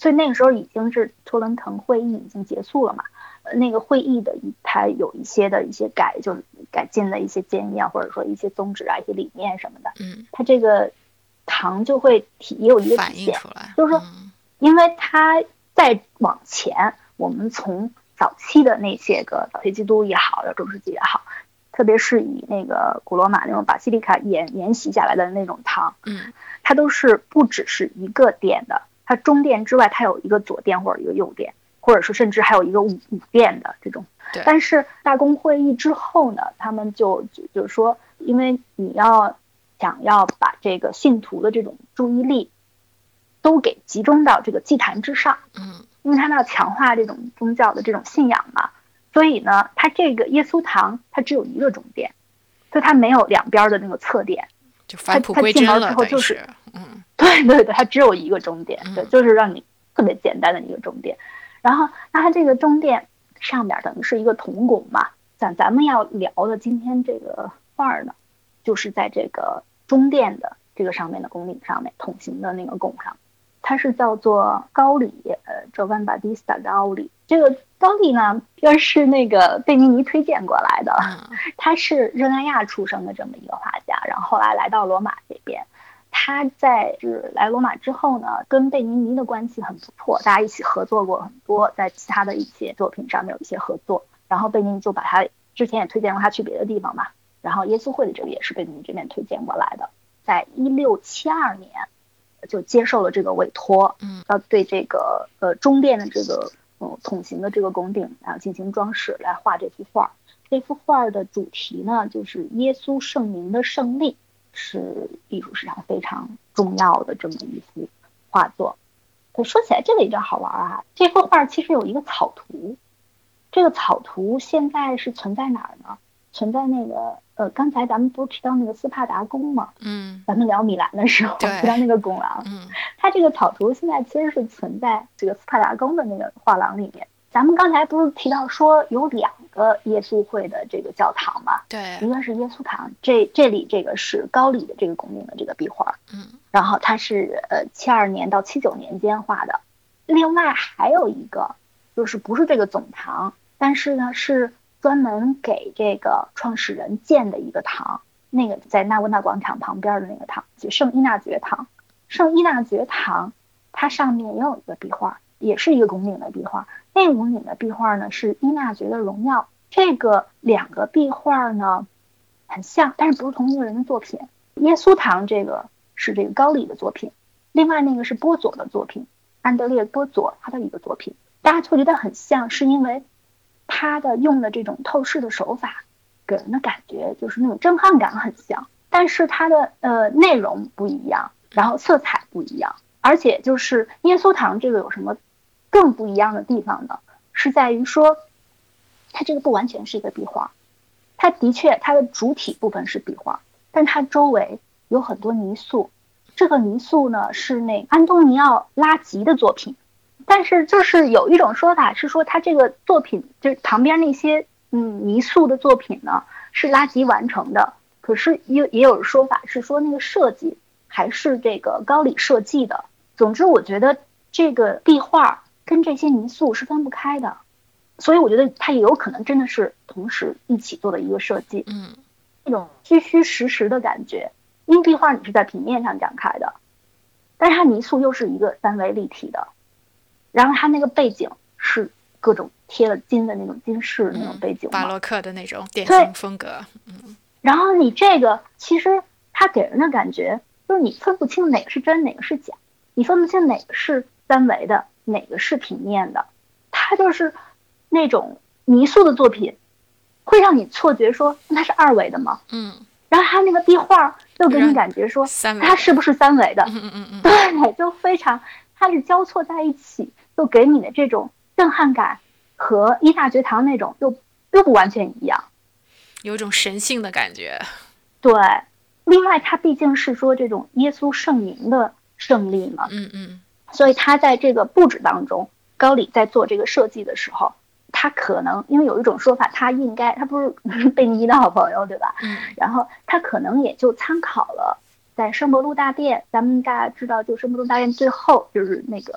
所以那个时候已经是托伦滕会议已经结束了嘛，呃，那个会议的它有一些的一些改，就是改进的一些建议啊，或者说一些宗旨啊、一些理念什么的，
嗯，
它这个堂就会体也有一个
反
体现
映出来，
就是说，
嗯、
因为它再往前，我们从早期的那些个早期基督也好，中世纪也好，特别是以那个古罗马那种巴西利卡沿沿袭下来的那种堂，
嗯，
它都是不只是一个殿的，它中殿之外，它有一个左殿或者一个右殿，或者是甚至还有一个五五殿的这种。但是大公会议之后呢，他们就就就是说，因为你要想要把这个信徒的这种注意力都给集中到这个祭坛之上，
嗯，
因为他们要强化这种宗教的这种信仰嘛，所以呢，它这个耶稣堂它只有一个中殿，所以它没有两边的那个侧殿，
就返璞归真了，
之后就是，
嗯，
对对对，它只有一个中殿，对，就是让你特别简单的一个中殿。然后，那它这个中殿上面等于是一个铜拱嘛，咱咱们要聊的今天这个画呢，就是在这个中殿的这个上面的拱顶上面，筒形的那个拱上，它是叫做高里，呃 Giovan Battista 高里。这个高里呢，又是那个贝尼尼推荐过来的，他是热那亚出生的这么一个画家，然后后来来到罗马这边。他在是来罗马之后呢，跟贝尼尼的关系很不错，大家一起合作过很多，在其他的一些作品上面有一些合作。然后贝尼尼就把他之前也推荐过他去别的地方嘛，然后耶稣会的这个也是贝尼尼这边推荐过来的，在一六七二年就接受了这个委托，
嗯，
要对这个呃中殿的这个呃筒形的这个拱顶然后进行装饰，来画这幅画。这幅画的主题呢，就是耶稣圣名的胜利。是艺术史上非常重要的这么一幅画作。可说起来这个也比较好玩啊，这幅画其实有一个草图，这个草图现在是存在哪儿呢？存在那个呃，刚才咱们不是提到那个斯帕达宫吗？
嗯，
咱们聊米兰的时候提到那个拱廊，
嗯，
它这个草图现在其实是存在这个斯帕达宫的那个画廊里面。咱们刚才不是提到说有两个耶稣会的这个教堂嘛？
对，
一个是耶稣堂，这这里这个是高里的这个拱顶的这个壁画，
嗯，
然后它是呃七二年到七九年间画的。另外还有一个就是不是这个总堂，但是呢是专门给这个创始人建的一个堂，那个在纳温纳广场旁边的那个堂，就圣依纳爵堂。圣依纳爵堂它上面也有一个壁画，也是一个拱顶的壁画。那个拱顶的壁画呢是依纳爵的荣耀。这个两个壁画呢很像，但是不是同一个人的作品。耶稣堂这个是这个高里的作品，另外那个是波佐的作品，安德烈波佐他的一个作品。大家就觉得很像，是因为他的用的这种透视的手法给人的感觉就是那种震撼感很像，但是它的呃内容不一样，然后色彩不一样。而且就是耶稣堂这个有什么更不一样的地方呢？是在于说它这个不完全是一个壁画，它的确它的主体部分是壁画，但它周围有很多泥塑。这个泥塑呢是那安东尼奥拉吉的作品，但是就是有一种说法是说他这个作品就是旁边那些嗯泥塑的作品呢是拉吉完成的，可是也也有说法是说那个设计还是这个高里设计的。总之我觉得这个壁画跟这些泥塑是分不开的，所以我觉得它也有可能真的是同时一起做的一个设计。
嗯，
那种虚虚实实的感觉，因为壁画你是在平面上展开的，但是它泥塑又是一个三维立体的，然后它那个背景是各种贴了金的那种金饰那种背景、嗯、
巴洛克的那种典型风格。嗯，
然后你这个其实它给人的感觉就是你分不清哪个是真哪个是假，你分不清哪个是三维的哪个是平面的，它就是那种泥塑的作品会让你错觉说它是二维的吗？
嗯，
然后它那个壁画又给你感觉说它是不是三维的？
嗯嗯嗯，
对，就非常它是交错在一起，就给你的这种震撼感和依纳爵堂那种又又不完全一样，
有种神性的感觉。
对，另外它毕竟是说这种耶稣圣名的胜利嘛，
嗯嗯，
所以他在这个布置当中，高里在做这个设计的时候，他可能因为有一种说法，他应该他不是贝尼的好朋友对吧？
嗯，
然后他可能也就参考了在圣伯禄大殿，咱们大家知道，就圣伯禄大殿最后就是那个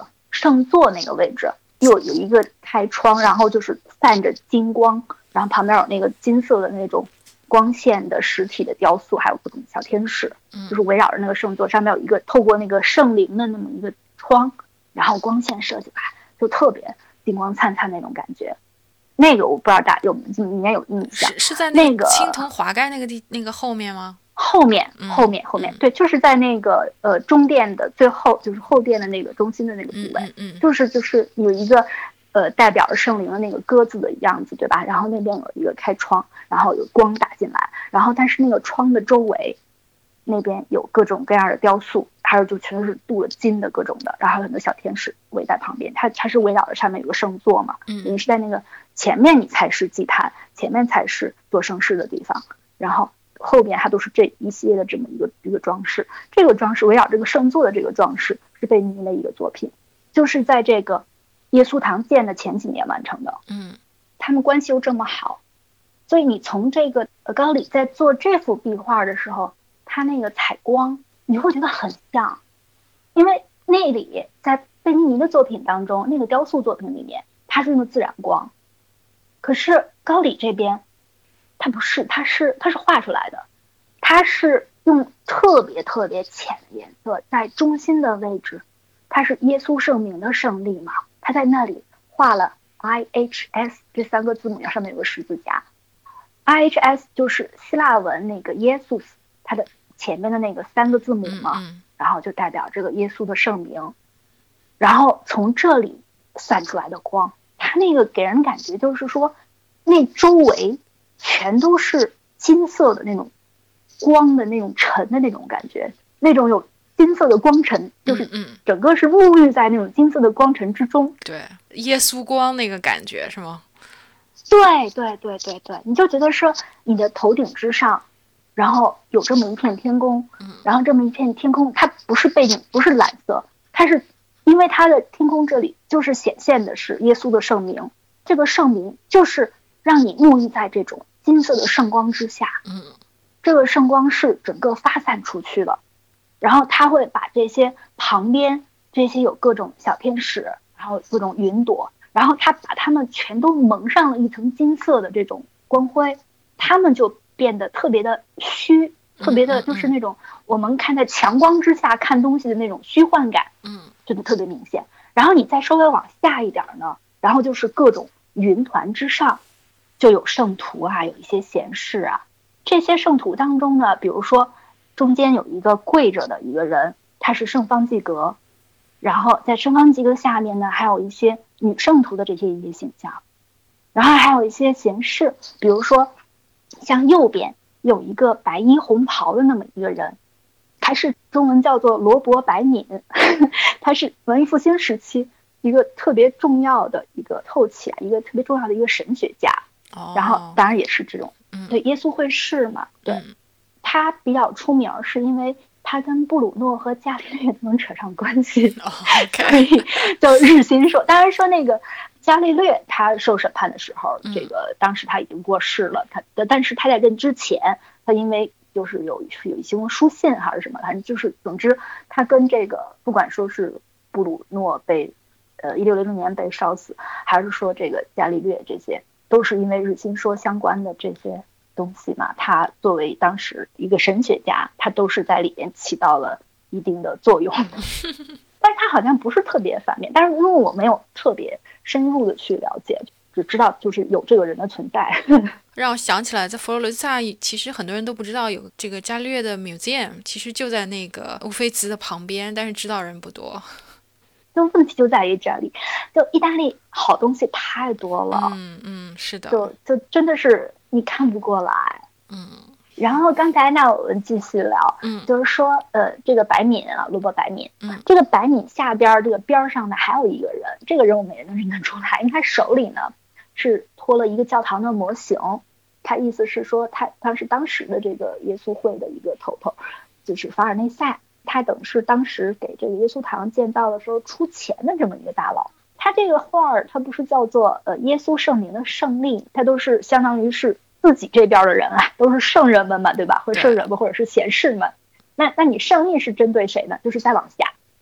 圣座那个位置又有一个开窗，然后就是散着金光，然后旁边有那个金色的那种光线的实体的雕塑，还有各种小天使，就是围绕着那个圣座，上面有一个透过那个圣灵的那么一个窗，然后光线射进来，就特别金光灿灿那种感觉。那个我不知道大家有应该有印象，
是是在
那个
青铜华盖那个地那个后面吗？
后面后面后面、嗯、对，就是在那个呃中殿的最后，就是后殿的那个中心的那个部位，
嗯嗯嗯、
就是就是有一个呃代表着圣灵的那个鸽子的样子，对吧？然后那边有一个开窗，然后有光打进来，然后但是那个窗的周围那边有各种各样的雕塑，还有就全是镀了金的各种的，然后很多小天使围在旁边，它它是围绕着上面有个圣座嘛，
嗯，
你是在那个前面你才是祭坛，前面才是做圣事的地方，然后后边它都是这一系列的这么一个一个装饰。这个装饰围绕这个圣座的这个装饰是贝尼的一个作品，就是在这个耶稣堂建的前几年完成的。
嗯，
他们关系又这么好，所以你从这个高里在做这幅壁画的时候，他那个采光你会觉得很像，因为那里在贝尼的作品当中，那个雕塑作品里面它是用的自然光，可是高里这边它不是，它是它是画出来的，它是用特别特别浅的颜色，在中心的位置，它是耶稣圣名的胜利嘛，它在那里画了 I H S 这三个字母，上面有个十字架。I H S 就是希腊文那个耶稣，它的前面的那个三个字母嘛，
嗯嗯、
然后就代表这个耶稣的圣名，然后从这里散出来的光，它那个给人感觉就是说，那周围全都是金色的那种光的那种尘的那种感觉，那种有金色的光尘，就是整个是沐浴在那种金色的光尘之中。
对，耶稣光那个感觉是吗？
对对对对对，你就觉得说你的头顶之上，然后有这么一片天空，然后这么一片天空，它不是背景，不是蓝色，它是因为它的天空这里就是显现的是耶稣的圣名，这个圣名就是让你沐浴在这种金色的圣光之下，
嗯，
这个圣光是整个发散出去的，然后他会把这些旁边这些有各种小天使，然后各种云朵，然后他把它们全都蒙上了一层金色的这种光辉，他们就变得特别的虚，特别的就是那种我们看在强光之下看东西的那种虚幻感，
嗯，
真的特别明显。然后你再稍微往下一点呢，然后就是各种云团之上就有圣徒啊，有一些贤士啊，这些圣徒当中呢，比如说中间有一个跪着的一个人，他是圣方济各，然后在圣方济各下面呢还有一些女圣徒的这些一些形象，然后还有一些贤士，比如说像右边有一个白衣红袍的那么一个人，他是中文叫做罗伯白敏，他是文艺复兴时期一个特别重要的一个后期啊，一个特别重要的一个神学家，
哦、
然后当然也是这种、
嗯、
对耶稣会士嘛，对、
嗯，
他比较出名是因为他跟布鲁诺和伽利略能扯上关系，
哦 okay、
所以就日心说，当然说那个伽利略他受审判的时候、嗯、这个当时他已经过世了，他但是他在任之前，他因为就是有有一些书信还是什么，反正就是总之他跟这个不管说是布鲁诺被呃一六零零年被烧死，还是说这个伽利略，这些都是因为日心说相关的这些东西嘛，他作为当时一个神学家，他都是在里面起到了一定的作用的但是他好像不是特别反面，但是因为我没有特别深入的去了解，只知道就是有这个人的存在
让我想起来在佛罗伦萨其实很多人都不知道有这个伽利略的 museum， 其实就在那个乌菲兹的旁边，但是知道人不多。
就问题就在于这里，就意大利好东西太多了，
嗯嗯，是的，
就就真的是你看不过来，
嗯。
然后刚才那我们继续聊，
嗯，
就是说呃这个白敏啊，罗伯白敏，
嗯，
这个白敏下边这个边上的还有一个人，这个人我们也能认得出来，因为他手里呢是托了一个教堂的模型，他意思是说他他是当时的这个耶稣会的一个头头，就是法尔内塞，他等是当时给这个耶稣堂建造的时候出钱的这么一个大佬。他这个画儿他不是叫做呃耶稣圣名的胜利，他都是相当于是自己这边的人啊，都是圣人们嘛，对吧？或者圣人们或者是贤士们，那那你胜利是针对谁呢？就是再往下，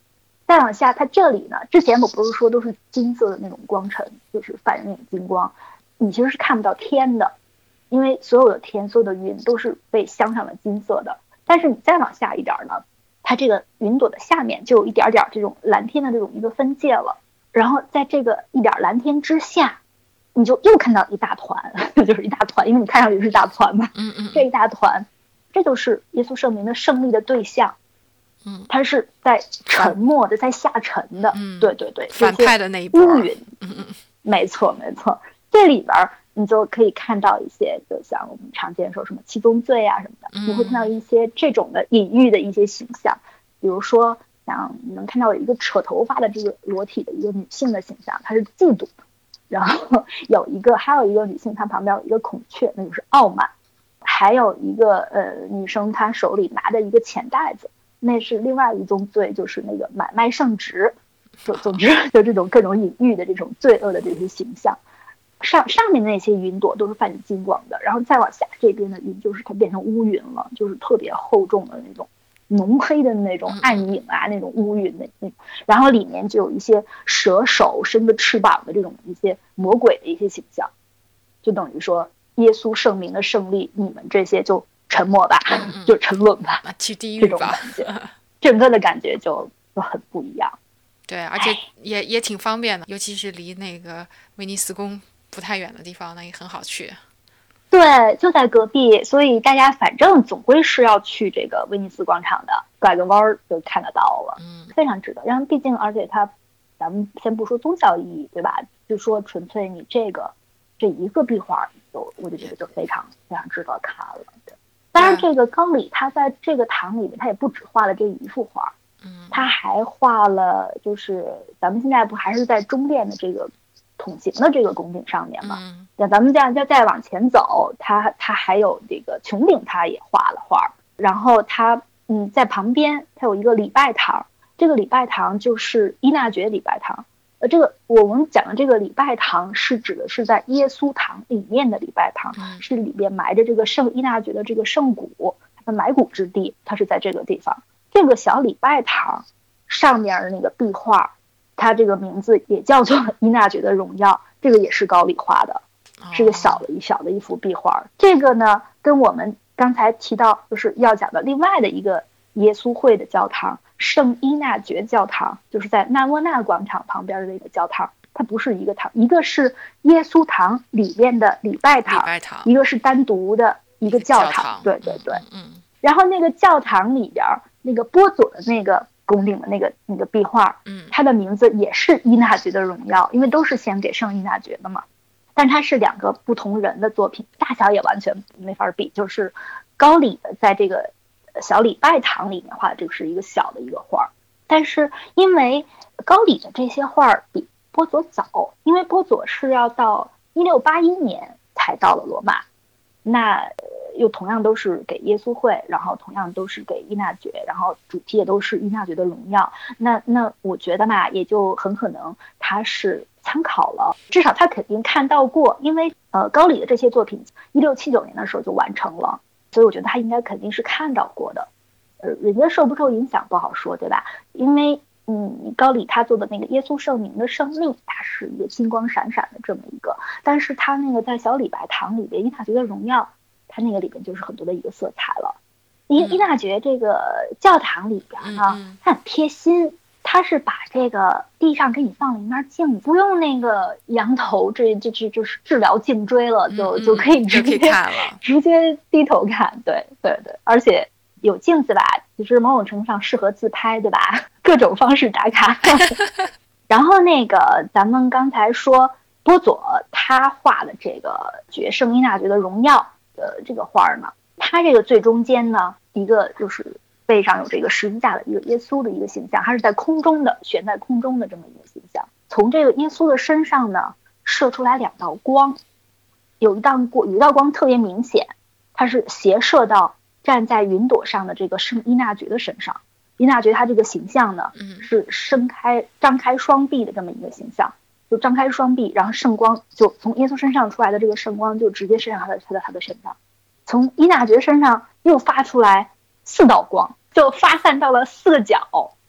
再往下，它这里呢，之前我不是说都是金色的那种光尘，就是反映那种金光，你其实是看不到天的，因为所有的天、所有的云都是被镶上了金色的。但是你再往下一点呢，它这个云朵的下面就有一点点这种蓝天的这种一个分界了，然后在这个一点蓝天之下，你就又看到一大团，就是一大团，因为你看上去是一大团嘛，
嗯嗯，
这一大团，这就是耶稣圣名的胜利的对象。
嗯，
它是在沉默的，在下沉的，
嗯，
对对对，
反派的那一波
乌云，
嗯嗯，
没错没错，这里边你就可以看到一些，就像我们常见说什么七宗罪啊什么的，
嗯、
你会看到一些这种的隐喻的一些形象，比如说像你能看到有一个扯头发的这个裸体的一个女性的形象，她是嫉妒，然后有一个还有一个女性，她旁边有一个孔雀，那就是傲慢，还有一个呃女生，她手里拿着一个钱袋子。那是另外一宗罪，就是那个买卖圣职，就总之就这种各种隐喻的这种罪恶的这些形象。上上面那些云朵都是泛着金光的，然后再往下这边的云就是它变成乌云了，就是特别厚重的那种浓黑的那种暗影啊，那种乌云的那种，然后里面就有一些蛇手伸着翅膀的这种一些魔鬼的一些形象，就等于说耶稣圣名的胜利，你们这些就沉默吧，嗯、就沉沦吧，
去地狱吧，
整个的感觉就就很不一样。
对，而且也也挺方便的，尤其是离那个威尼斯宫不太远的地方，那也很好去。
对，就在隔壁，所以大家反正总归是要去这个威尼斯广场的，拐个弯就看得到了，
嗯，
非常值得。然后毕竟，而且它，咱们先不说宗教意义，对吧？就说纯粹你这个这一个壁画，就我就觉得就非常非常值得看了。对。当然，这个高里他在这个堂里面，他也不只画了这一幅画，
嗯，
他还画了，就是咱们现在不还是在中殿的这个筒形的这个拱顶上面嘛？
嗯，
那咱们这样再再往前走，他他还有这个穹顶，他也画了画，然后他嗯在旁边，他有一个礼拜堂，这个礼拜堂就是依纳爵礼拜堂。呃，这个我们讲的这个礼拜堂是指的是在耶稣堂里面的礼拜堂，
嗯、
是里边埋着这个圣依纳爵的这个圣骨，它的埋骨之地，它是在这个地方。这个小礼拜堂上面的那个壁画，它这个名字也叫做依纳爵的荣耀，这个也是高里画的，是个小的一小的一幅壁画。这个呢，跟我们刚才提到就是要讲的另外的一个耶稣会的教堂。圣依纳爵教堂就是在纳沃纳广场旁边的那个教堂，它不是一个堂，一个是耶稣堂里面的礼拜堂，
礼拜堂
一个是单独的一个教堂。
教堂
对对对，
嗯，嗯
然后那个教堂里边那个波佐的那个拱顶的那个那个壁画，
嗯，
它的名字也是依纳爵的荣耀，因为都是献给圣依纳爵的嘛。但它是两个不同人的作品，大小也完全没法比，就是高里的在这个小礼拜堂里面画的这个是一个小的一个画，但是因为高里的这些画比波佐早，因为波佐是要到一六八一年才到了罗马，那又同样都是给耶稣会，然后同样都是给依纳爵，然后主题也都是依纳爵的荣耀，那那我觉得嘛，也就很可能他是参考了，至少他肯定看到过，因为呃高里的这些作品一六七九年的时候就完成了。所以我觉得他应该肯定是看到过的，呃，人家受不受影响不好说，对吧？因为嗯，高里他做的那个耶稣圣名的圣命，它是一个金光闪闪的这么一个，但是他那个在小礼拜堂里边，依纳爵的荣耀，他那个里边就是很多的一个色彩了。依依纳爵这个教堂里边呢，他很贴心。他是把这个地上给你放了一面镜，不用那个羊头，这这这就是治疗颈椎了，就、
嗯、
就可以直接
看了，
直接低头看，对对对，而且有镜子吧，其实某种程度上适合自拍，对吧？各种方式打卡。然后那个咱们刚才说波佐他画的这个爵圣依纳爵的荣耀的这个画呢，他这个最中间呢，一个就是背上有这个十字架的一个耶稣的一个形象，它是在空中的，悬在空中的这么一个形象。从这个耶稣的身上呢，射出来两道光，有一道光，有一道光特别明显，它是斜射到站在云朵上的这个圣依纳爵的身上。依纳爵他这个形象呢，是伸开、张开双臂的这么一个形象，就张开双臂，然后圣光就从耶稣身上出来的这个圣光就直接射向他的他的他的身上，从依纳爵身上又发出来。四道光就发散到了四个角，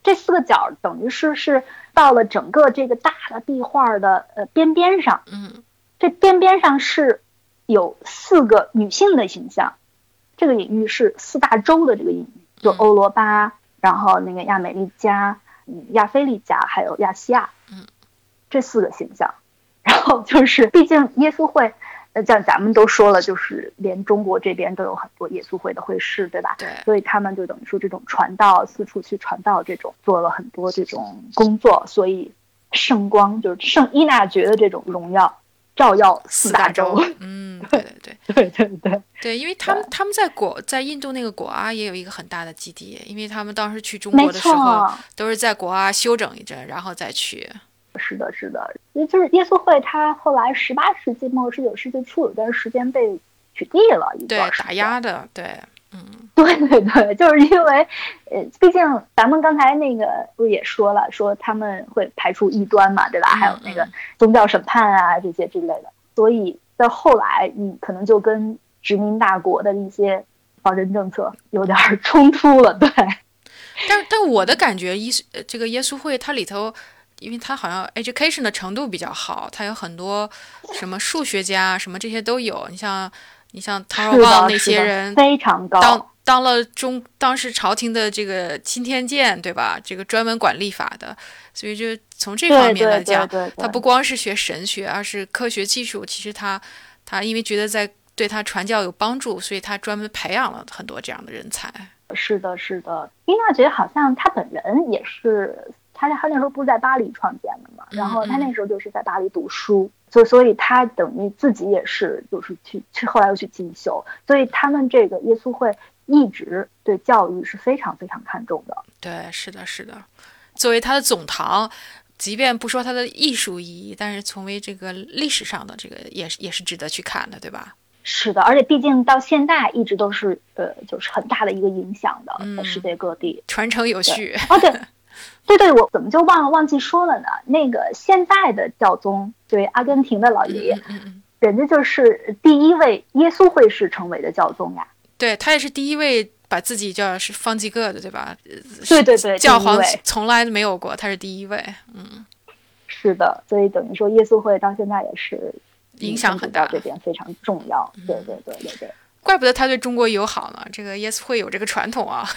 这四个角等于是是到了整个这个大的壁画的呃边边上，
嗯，
这边边上是有四个女性的形象，这个隐喻是四大洲的这个隐喻，就欧罗巴，然后那个亚美利加、亚非利加还有亚细亚，
嗯，
这四个形象。然后就是，毕竟耶稣会，呃，像咱们都说了，就是连中国这边都有很多耶稣会的会士，对吧？
对。
所以他们就等于说这种传道，四处去传道，这种做了很多这种工作，所以圣光就是圣依纳爵的这种荣耀照耀四大洲。
嗯，对对对
对对对
对，因为他们他们在果在印度那个果阿也有一个很大的基地，因为他们当时去中国的时候都是在果阿休整一阵，然后再去。
是的，是的，就是耶稣会，它后来十八世纪末、十九世纪初有段时间被取缔了一段时间，
对，打压的，对，嗯，
对对对，就是因为，呃，毕竟咱们刚才那个不是也说了，说他们会排除异端嘛，对吧？
嗯、
还有那个宗教审判啊这些之类的，所以到后来，你可能就跟殖民大国的一些方针政策有点冲突了，对。
但但我的感觉，耶这个耶稣会它里头。因为他好像 education 的程度比较好，他有很多什么数学家什么这些都有。你像你像唐若望那些人，
非常高，
当当了中当时朝廷的这个钦天监，对吧？这个专门管立法的，所以就从这方面来讲，他不光是学神学，而是科学技术。其实他他因为觉得在对他传教有帮助，所以他专门培养了很多这样的人才。
是的，是的，依纳爵好像他本人也是。他他那时候不是在巴黎创建的嘛，然后他那时候就是在巴黎读书，所、嗯、所以他等于自己也是就是去去后来又去进修，所以他们这个耶稣会一直对教育是非常非常看重的。
对，是的，是的。作为他的总堂，即便不说它的艺术意义，但是从为这个历史上的这个也是也是值得去看的，对吧？
是的，而且毕竟到现在一直都是呃就是很大的一个影响的，
嗯、
在世界各地
传承有序。
哦，对。对对，我怎么就忘了忘记说了呢？那个现在的教宗，对阿根廷的老爷爷，
嗯嗯、
人家就是第一位耶稣会士成为的教宗呀。
对，他也是第一位把自己叫是方济各的，对吧？
对对对，
教皇从来没有过，他是第一位。嗯，
是的，所以等于说耶稣会到现在也是
影响很大，
这边非常重要。嗯、对对对对对，
怪不得他对中国友好呢。这个耶稣会有这个传统啊。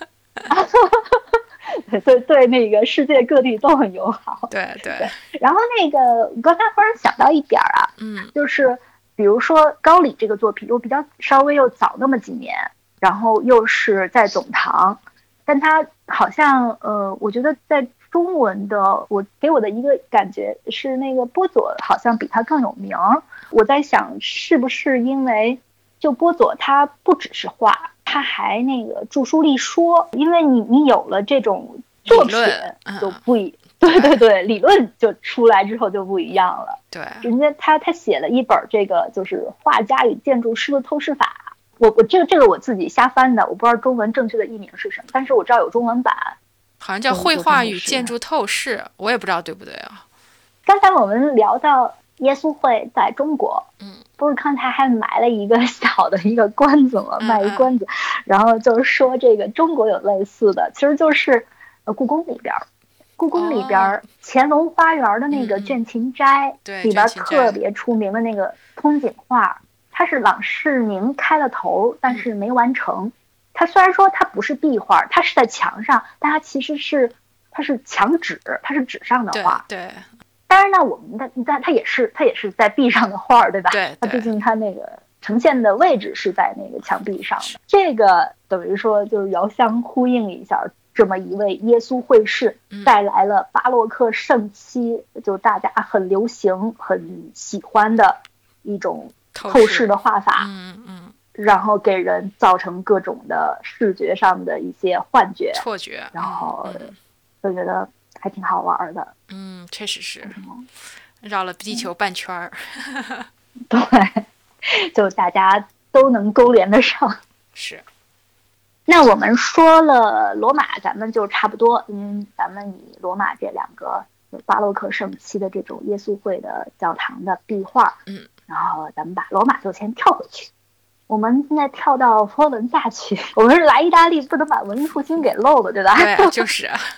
对对，那个世界各地都很友好。
对 对,
对。然后那个刚才忽然想到一点啊，
嗯，
就是比如说高里这个作品又比较稍微又早那么几年，然后又是在总堂，但他好像呃，我觉得在中文的我给我的一个感觉是那个波佐好像比他更有名。我在想是不是因为就波佐他不只是画。他还那个著书立说，因为你你有了这种作品就不一，嗯、对对对，理论就出来之后就不一样了。
对，
人家他他写了一本这个就是画家与建筑师的透视法，我我这个这个我自己瞎翻的，我不知道中文正确的译名是什么，但是我知道有中文版，
好像叫绘画与建筑透视，我也不知道对不对啊。
刚才我们聊到耶稣会在中国，
嗯，
不是刚才还埋了一个小的一个关子吗？卖一关子，
嗯嗯
然后就是说这个中国有类似的，其实就是呃故宫里边，故宫里边乾隆花园的那个倦勤斋、
哦嗯、
里边特别出名的那个通景画，它是郎世宁开了头，但是没完成。它虽然说它不是壁画，它是在墙上，但它其实是它是墙纸，它是纸上的画。
对。对
当然呢，我们的但它也是它也是在壁上的画，对吧？
对，
它毕竟它那个呈现的位置是在那个墙壁上的。这个等于说就是遥相呼应一下，这么一位耶稣会士带来了巴洛克盛期，嗯、就大家很流行、很喜欢的一种透视的画法。
嗯嗯。
然后给人造成各种的视觉上的一些幻觉、
错觉，
然后就觉得还挺好玩的。
嗯，确实是绕了地球半圈儿。
对，就大家都能勾连得上。
是。
那我们说了罗马，咱们就差不多，嗯，咱们以罗马这两个巴洛克盛期的这种耶稣会的教堂的壁画，
嗯，
然后咱们把罗马就先跳回去。我们现在跳到佛罗伦萨去，我们是来意大利，不能把文艺复兴给漏了，对吧？
对，就是。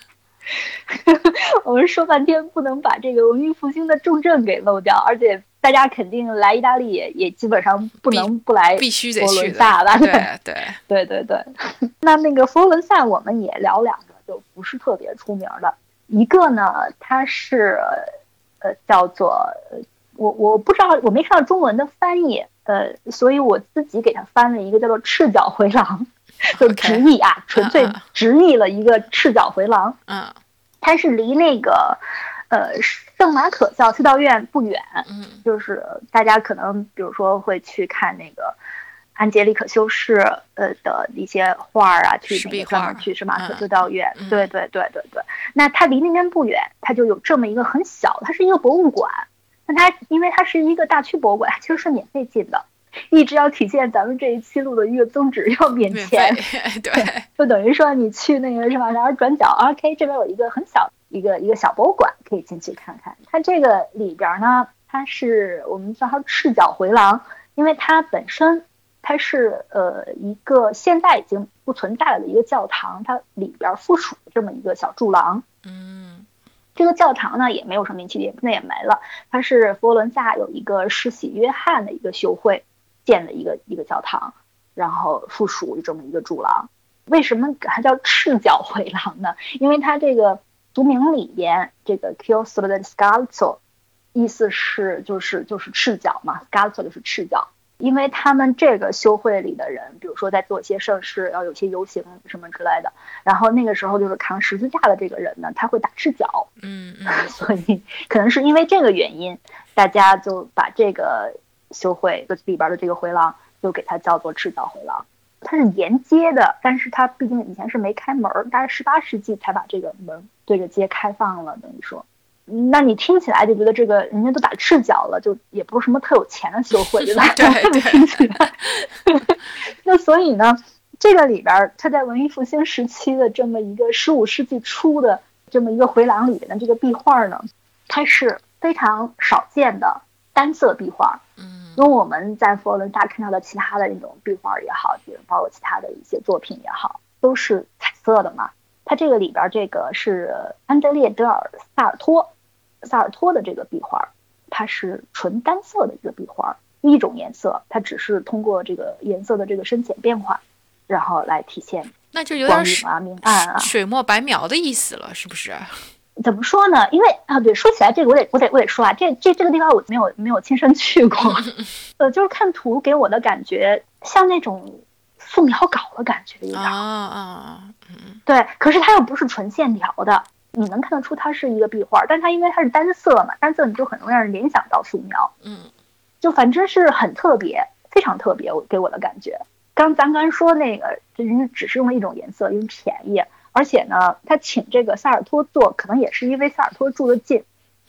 我们说半天不能把这个文艺复兴的重镇给漏掉，而且大家肯定来意大利也也基本上不能不来
必须得
佛罗
去
伦萨吧？
对
对
对
对对对。那那个佛罗伦萨我们也聊两个，就不是特别出名的。一个呢，它是呃叫做我我不知道，我没看到中文的翻译，呃，所以我自己给它翻了一个叫做赤脚回廊，就直译啊，
okay,
纯粹直译了一个赤脚回廊。
嗯，
它是离那个呃圣马可教修道院不远，
嗯，
就是大家可能比如说会去看那个安杰利可修士呃的一些画啊，去那个专门去圣马可修道院，
嗯、
对对对对对。那它离那边不远，它就有这么一个很小，它是一个博物馆。那它因为它是一个大区博物馆，它其实是免费进的，一直要体现咱们这一期录的一个宗旨，要免钱。
对，
就等于说你去那个是吧？然后转角 ，OK， 这边有一个很小一个一个小博物馆，可以进去看看。它这个里边呢，它是我们叫它赤脚回廊，因为它本身它是呃一个现在已经不存在了的一个教堂，它里边附属这么一个小柱廊。
嗯。
这个教堂呢也没有什么名气，也那也没了。它是佛罗伦萨有一个施洗约翰的一个修会建的一个一个教堂，然后附属这么一个柱廊。为什么它叫赤脚回廊呢？因为它这个俗名里边这个 Chiostro del Scalzo 意思是就是就是赤脚嘛 ，Scalzo 就是赤脚。因为他们这个修会里的人，比如说在做一些盛事，要有些游行什么之类的，然后那个时候就是扛十字架的这个人呢，他会打赤脚，
嗯嗯，
所以可能是因为这个原因，大家就把这个修会里边的这个回廊就给它叫做赤脚回廊。它是沿街的，但是它毕竟以前是没开门，大概十八世纪才把这个门对着街开放了，等于说。那你听起来就觉得这个人家都打赤脚了，就也不是什么特有钱的修会，对吧？
对对，
听起来。那所以呢，这个里边它在文艺复兴时期的这么一个十五世纪初的这么一个回廊里面的这个壁画呢，它是非常少见的单色壁画。
嗯，
因为我们在佛罗伦萨看到的其他的那种壁画也好，包括其他的一些作品也好，都是彩色的嘛。它这个里边这个是安德烈·德尔萨尔托。萨尔托的这个壁画，它是纯单色的一个壁画，一种颜色，它只是通过这个颜色的这个深浅变化，然后来体现
那就有点
啊、明暗啊、
水墨白描的意思了，是不是？
怎么说呢？因为啊，对，说起来这个我得我得我得说啊，这这这个地方我没有没有亲身去过，呃，就是看图给我的感觉像那种素描稿的感觉有点
啊啊，嗯，
对，可是它又不是纯线条的。你能看得出它是一个壁画，但它因为它是单色嘛，单色你就很容易让人联想到素描，
嗯，
就反正是很特别，非常特别，我给我的感觉。刚咱刚说那个，人只是用了一种颜色，因为便宜，而且呢，他请这个萨尔托做，可能也是因为萨尔托住得近，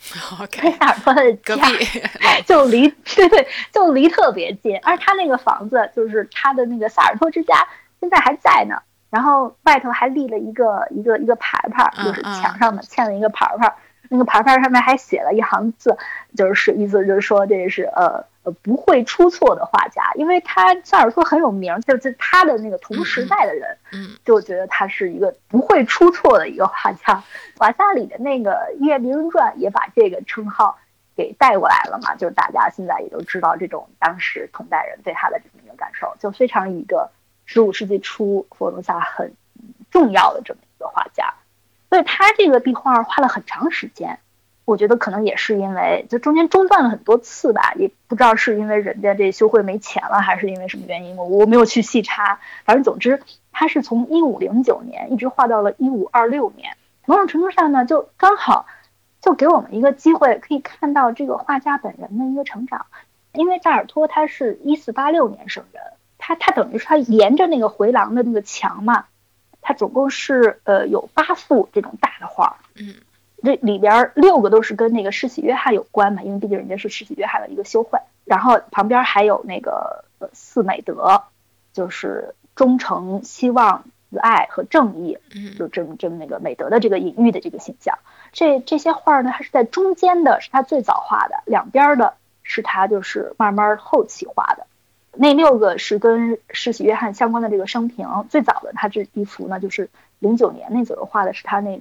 OK，
萨尔托的家就离对对就离特别近，而他那个房子就是他的那个萨尔托之家，现在还在呢。然后外头还立了一个一个一个牌牌，就是墙上面嵌了一个牌牌，那个牌牌上面还写了一行字，就是意思就是说这是呃呃不会出错的画家，因为他萨尔托很有名，就是他的那个同时代的人，
嗯，
就觉得他是一个不会出错的一个画家。瓦萨里的那个《音乐名人传》也把这个称号给带过来了嘛，就是大家现在也都知道这种当时同代人对他的这么一个感受，就非常一个十五世纪初佛罗伦萨很重要的这么一个画家。所以他这个壁画花了很长时间，我觉得可能也是因为就中间中断了很多次吧，也不知道是因为人家这修会没钱了，还是因为什么原因，我我没有去细查。反正总之他是从一五零九年一直画到了一五二六年，某种程度上呢就刚好就给我们一个机会可以看到这个画家本人的一个成长。因为扎尔托他是一四八六年生人，他他等于是他沿着那个回廊的那个墙嘛，他总共是呃有八幅这种大的画，
嗯，
这里边六个都是跟那个施洗约翰有关嘛，因为毕竟人家是施洗约翰的一个修会，然后旁边还有那个呃四美德，就是忠诚、希望、慈爱和正义，
嗯，
就这么这么那个美德的这个隐喻的这个形象。这这些画呢，它是在中间的，是他最早画的，两边的是他就是慢慢后期画的。那六个是跟施洗约翰相关的这个生平，最早的他这一幅呢，就是零九年那左右画的是他那个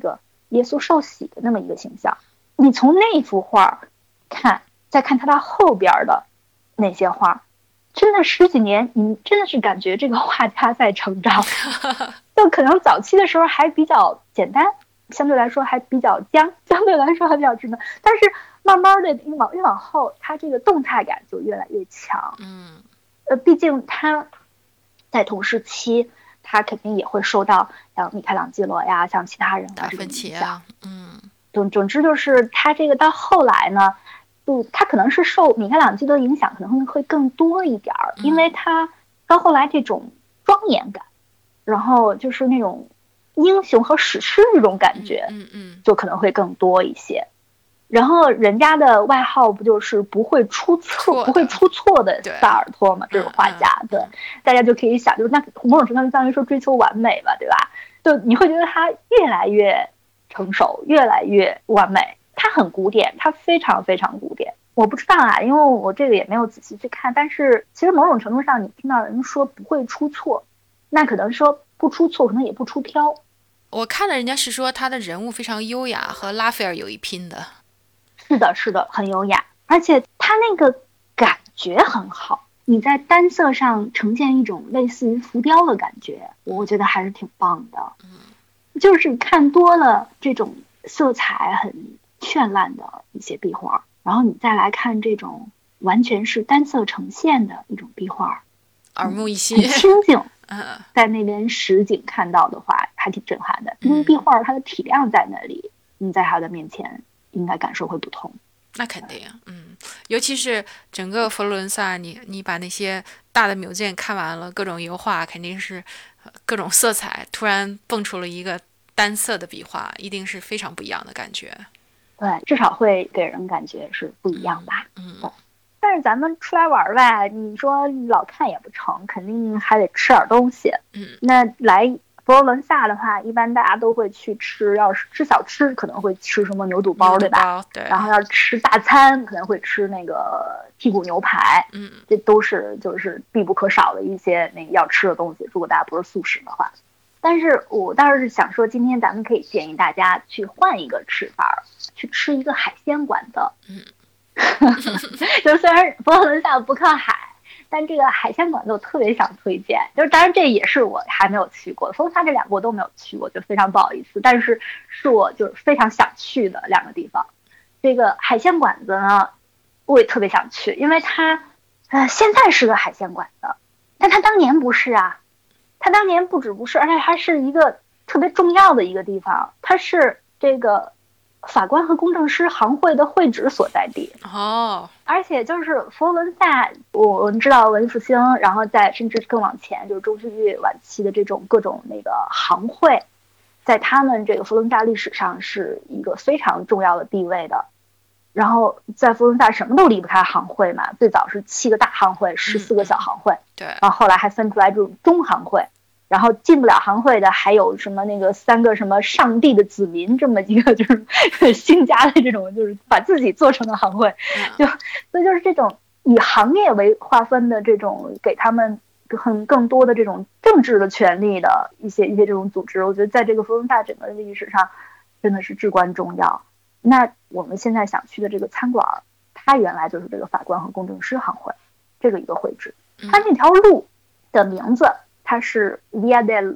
耶稣受洗的那么一个形象。你从那幅画看，再看他的后边的那些画，真的十几年，你真的是感觉这个画家在成长。就可能早期的时候还比较简单，相对来说还比较僵，相对来说还比较智能，但是慢慢的越往越往后，他这个动态感就越来越强。
嗯，
呃，毕竟他在同时期，他肯定也会受到像米开朗基罗呀，像其他人
达
这种
芬奇
影响。
啊，嗯，
总总之就是他这个到后来呢，不，他可能是受米开朗基罗影响可能会会更多一点儿，因为他到后来这种庄严感，然后就是那种英雄和史诗这种感觉，
嗯嗯，
就可能会更多一些。然后人家的外号不就是不会出错、不会出错的萨尔托嘛？这种画家，对，大家就可以想，就是那某种程度上相当于说追求完美吧，对吧？就你会觉得他越来越成熟，越来越完美。他很古典，他非常非常古典。我不知道啊，因为我这个也没有仔细去看，但是其实某种程度上，你听到人说不会出错，那可能说不出错，可能也不出挑。
我看了人家是说他的人物非常优雅，和拉斐尔有一拼的。
是的，是的，很优雅，而且他那个感觉很好。你在单色上呈现一种类似于浮雕的感觉，我觉得还是挺棒的。嗯，就是看多了这种色彩很绚烂的一些壁画，然后你再来看这种完全是单色呈现的一种壁画，
耳目一新，
很清静。
嗯，
在那边实景看到的话，还挺震撼的。因为壁画它的体量在那里，你在它的面前应该感受会不同。
那肯定，嗯，尤其是整个佛罗伦萨，你你把那些大的 museum 看完了，各种油画肯定是各种色彩，突然蹦出了一个单色的笔画，一定是非常不一样的感觉。
对，至少会给人感觉是不一样吧。
嗯，
嗯，但是咱们出来玩吧，你说老看也不成，肯定还得吃点东西。
嗯，
那来佛罗伦萨的话，一般大家都会去吃，要是吃小吃可能会吃什么牛肚包，
牛肚包
对吧？
对。
然后要吃大餐可能会吃那个剔骨牛排，
嗯，
这都是就是必不可少的一些那个要吃的东西。如果大家不是素食的话，但是我倒是想说，今天咱们可以建议大家去换一个吃法，去吃一个海鲜馆子。
嗯，
就虽然佛罗伦萨不靠海，但这个海鲜馆子我特别想推荐，就是当然这也是我还没有去过，佛罗伦萨这两个我都没有去过，就非常不好意思，但是是我就是非常想去的两个地方。这个海鲜馆子呢，我也特别想去，因为它呃现在是个海鲜馆子，但它当年不是啊，它当年不止不是，而且还是一个特别重要的一个地方，它是这个法官和公证师行会的会址所在地。
哦，
而且就是佛罗伦萨，我我们知道文艺复兴，然后再甚至更往前，就是中世纪晚期的这种各种那个行会，在他们这个佛罗伦萨历史上是一个非常重要的地位的。然后在佛罗伦萨什么都离不开行会嘛，最早是七个大行会，十四个小行会，
嗯、对，
然后后来还分出来这种中行会。然后进不了行会的还有什么那个三个什么上帝的子民这么一个就是新加的这种就是把自己做成的行会，就所以就是这种以行业为划分的这种给他们很更多的这种政治的权利的一些一些这种组织，我觉得在这个佛罗伦萨整个历史上真的是至关重要。那我们现在想去的这个餐馆，它原来就是这个法官和公证师行会这个一个会址，它那条路的名字。它是 Via del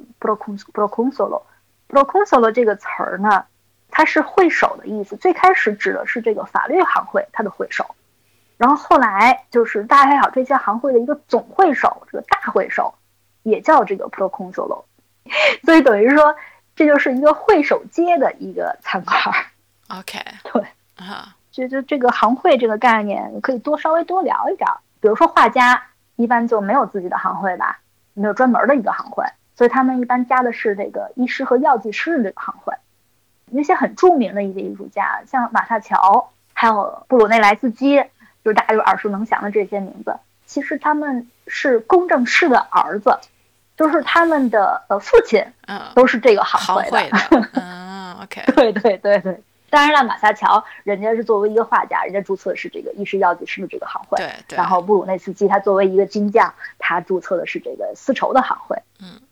Proconsolo，Proconsolo 这个词儿呢，它是会首的意思。最开始指的是这个法律行会它的会首，然后后来就是大概好这些行会的一个总会首，这个大会首也叫这个 Proconsolo， 所以等于说这就是一个会首街的一个餐馆。
OK，
对
啊，
就就这个行会这个概念可以多稍微多聊一点。比如说画家一般就没有自己的行会吧。没有专门的一个行会，所以他们一般加的是这个医师和药剂师的这个行会。那些很著名的一些艺术家，像马萨乔，还有布鲁内莱斯基，就是大家就耳熟能详的这些名字，其实他们是公证师的儿子，就是他们的呃父亲，都是这个行会的。
行会的，嗯 ，OK，
对对对对。当然了，马萨乔人家是作为一个画家，人家注册的是这个医师药剂师的这个行会。
对对。然
后布鲁内斯基他作为一个金匠，他注册的是这个丝绸的行会。
嗯。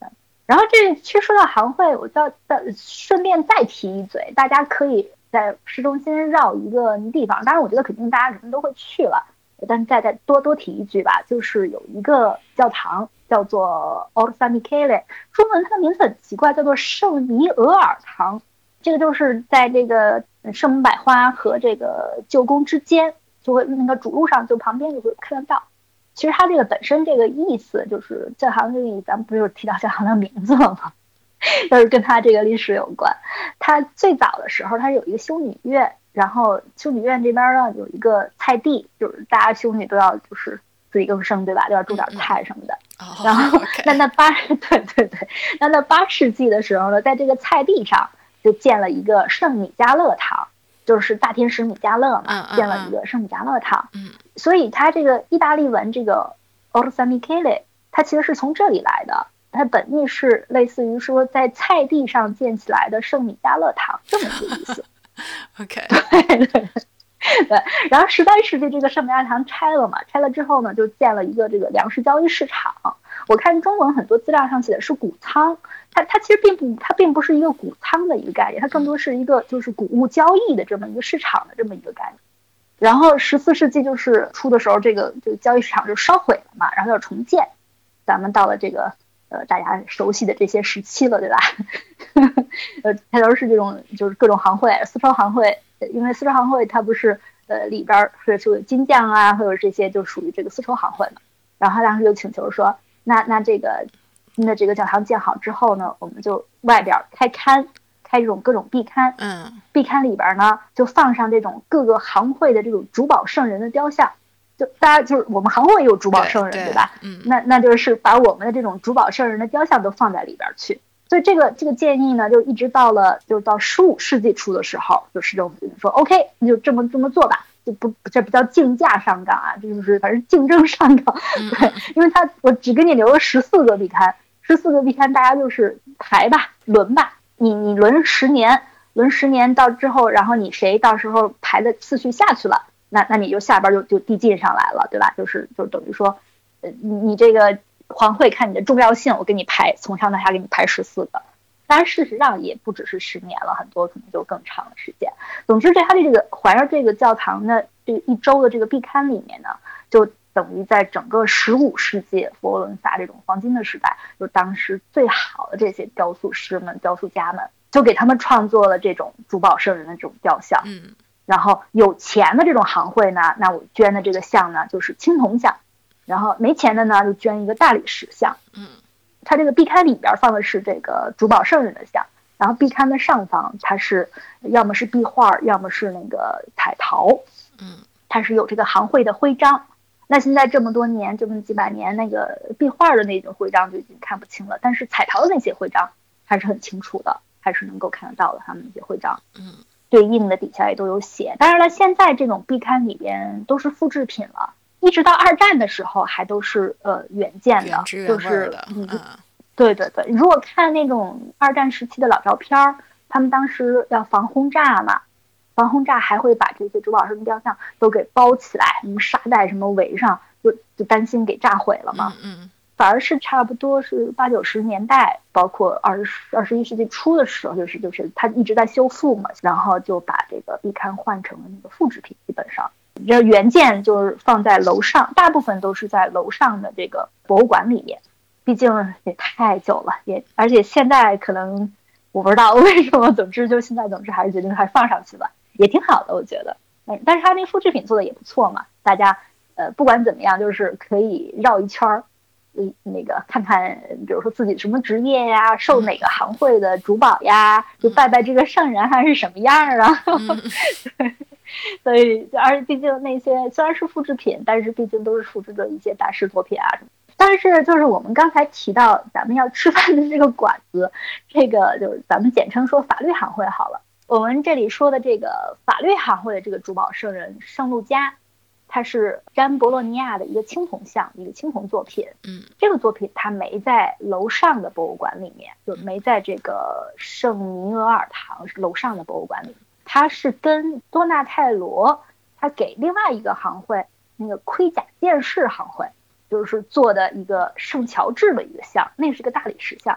然后这其实说到行会，我再再顺便再提一嘴，大家可以在市中心绕一个地方，当然我觉得肯定大家肯定都会去了，但是再再多多提一句吧，就是有一个教堂叫做 Orto San Michele， 中文它的名字很奇怪，叫做圣米俄尔堂。这个就是在这个圣母百花和这个旧宫之间，就会那个主路上就旁边就会看得到。其实它这个本身这个意思就是教堂这里，咱们不是有提到教堂的名字了吗？就是跟它这个历史有关。它最早的时候它有一个修女院，然后修女院这边呢有一个菜地，就是大家修女都要就是自力更生，对吧？都要种点菜什么的。
嗯嗯
然后、
oh, okay.
那那八对对对，那那八世纪的时候呢，在这个菜地上就建了一个圣米迦勒堂，就是大天使米迦勒嘛，
嗯嗯、
建了一个圣米迦勒堂。
嗯，
所以它这个意大利文这个 Orto San Michele， 它其实是从这里来的。它本意是类似于说在菜地上建起来的圣米迦勒堂这么一个意思。
OK，
对对对。然后十三世纪这个圣米迦勒堂拆了嘛，拆了之后呢，就建了一个这个粮食交易市场。我看中文很多资料上写的是谷仓，它它其实并不，它并不是一个谷仓的一个概念，它更多是一个就是谷物交易的这么一个市场的这么一个概念。然后十四世纪就是初的时候，这个这个交易市场就烧毁了嘛，然后要重建。咱们到了这个呃大家熟悉的这些时期了，对吧？呃，它都是这种就是各种行会，丝绸行会，因为丝绸行会它不是呃里边是就有金匠啊，或者这些就属于这个丝绸行会嘛。然后他当时就请求说，那那这个新的这个教堂建好之后呢，我们就外边开龛，开这种各种壁龛，
嗯，
壁龛里边呢就放上这种各个行会的这种主保圣人的雕像。就大家就是我们行会也有主保圣人， 对, 对吧？
嗯，
那那就是把我们的这种主保圣人的雕像都放在里边去。所以这个这个建议呢，就一直到了就到十五世纪初的时候，就市政府就说 OK， 你就这么这么做吧，就不这不叫竞价上岗啊，这就是反正竞争上岗。对，因为他我只给你留了十四个壁龛，十四个壁龛大家就是排吧，轮吧，你你轮十年，轮十年到之后，然后你谁到时候排的次序下去了。那那你就下边就就递进上来了，对吧？就是就等于说，呃，你你这个皇会看你的重要性，我给你排从上到下给你排十四个。当然，事实上也不只是十年了，很多可能就更长的时间。总之，在它的这个环绕这个教堂的这个一周的这个壁龛里面呢，就等于在整个十五世纪佛罗伦萨这种黄金的时代，就当时最好的这些雕塑师们、雕塑家们，就给他们创作了这种主保圣人的这种雕像。
嗯。
然后有钱的这种行会呢，那我捐的这个像呢就是青铜像，然后没钱的呢就捐一个大理石像。
嗯，
它这个壁龛里边放的是这个主保圣人的像，然后壁龛的上方它是要么是壁画，要么是那个彩陶。
嗯，
它是有这个行会的徽章。那现在这么多年，这么几百年，那个壁画的那种徽章就已经看不清了，但是彩陶的那些徽章还是很清楚的，还是能够看得到的，他们那些徽章。
嗯。
对应的底下也都有写。当然了，现在这种壁龛里边都是复制品了，一直到二战的时候还都是呃原件的，就是嗯，对对对。如果看那种二战时期的老照片，他们当时要防轰炸嘛，防轰炸还会把这些主保圣人雕像都给包起来，什么沙袋什么围上，就就担心给炸毁了嘛。
嗯嗯。
反而是差不多是八九十年代，包括二十二十一世纪初的时候，就是就是它一直在修复嘛，然后就把这个壁龛换成了那个复制品，基本上这原件就是放在楼上，大部分都是在楼上的这个博物馆里面。毕竟也太久了，也而且现在可能我不知道为什么，总之就现在总之还是决定还放上去吧，也挺好的，我觉得。嗯，但是它那复制品做的也不错嘛，大家呃不管怎么样，就是可以绕一圈儿。嗯，那个看看，比如说自己什么职业呀，受哪个行会的主保呀，就拜拜这个圣人还是什么样啊？对，所以而且毕竟那些虽然是复制品，但是毕竟都是复制的一些大师作品啊什么。但是就是我们刚才提到咱们要吃饭的这个馆子，这个就是咱们简称说法律行会好了。我们这里说的这个法律行会的这个主保圣人圣路加。它是詹博洛尼亚的一个青铜像，一个青铜作品。
嗯，
这个作品它没在楼上的博物馆里面，就没在这个圣米俄尔堂楼上的博物馆里。它是跟多纳泰罗他给另外一个行会，那个盔甲剑士行会，就是做的一个圣乔治的一个像，那是个大理石像。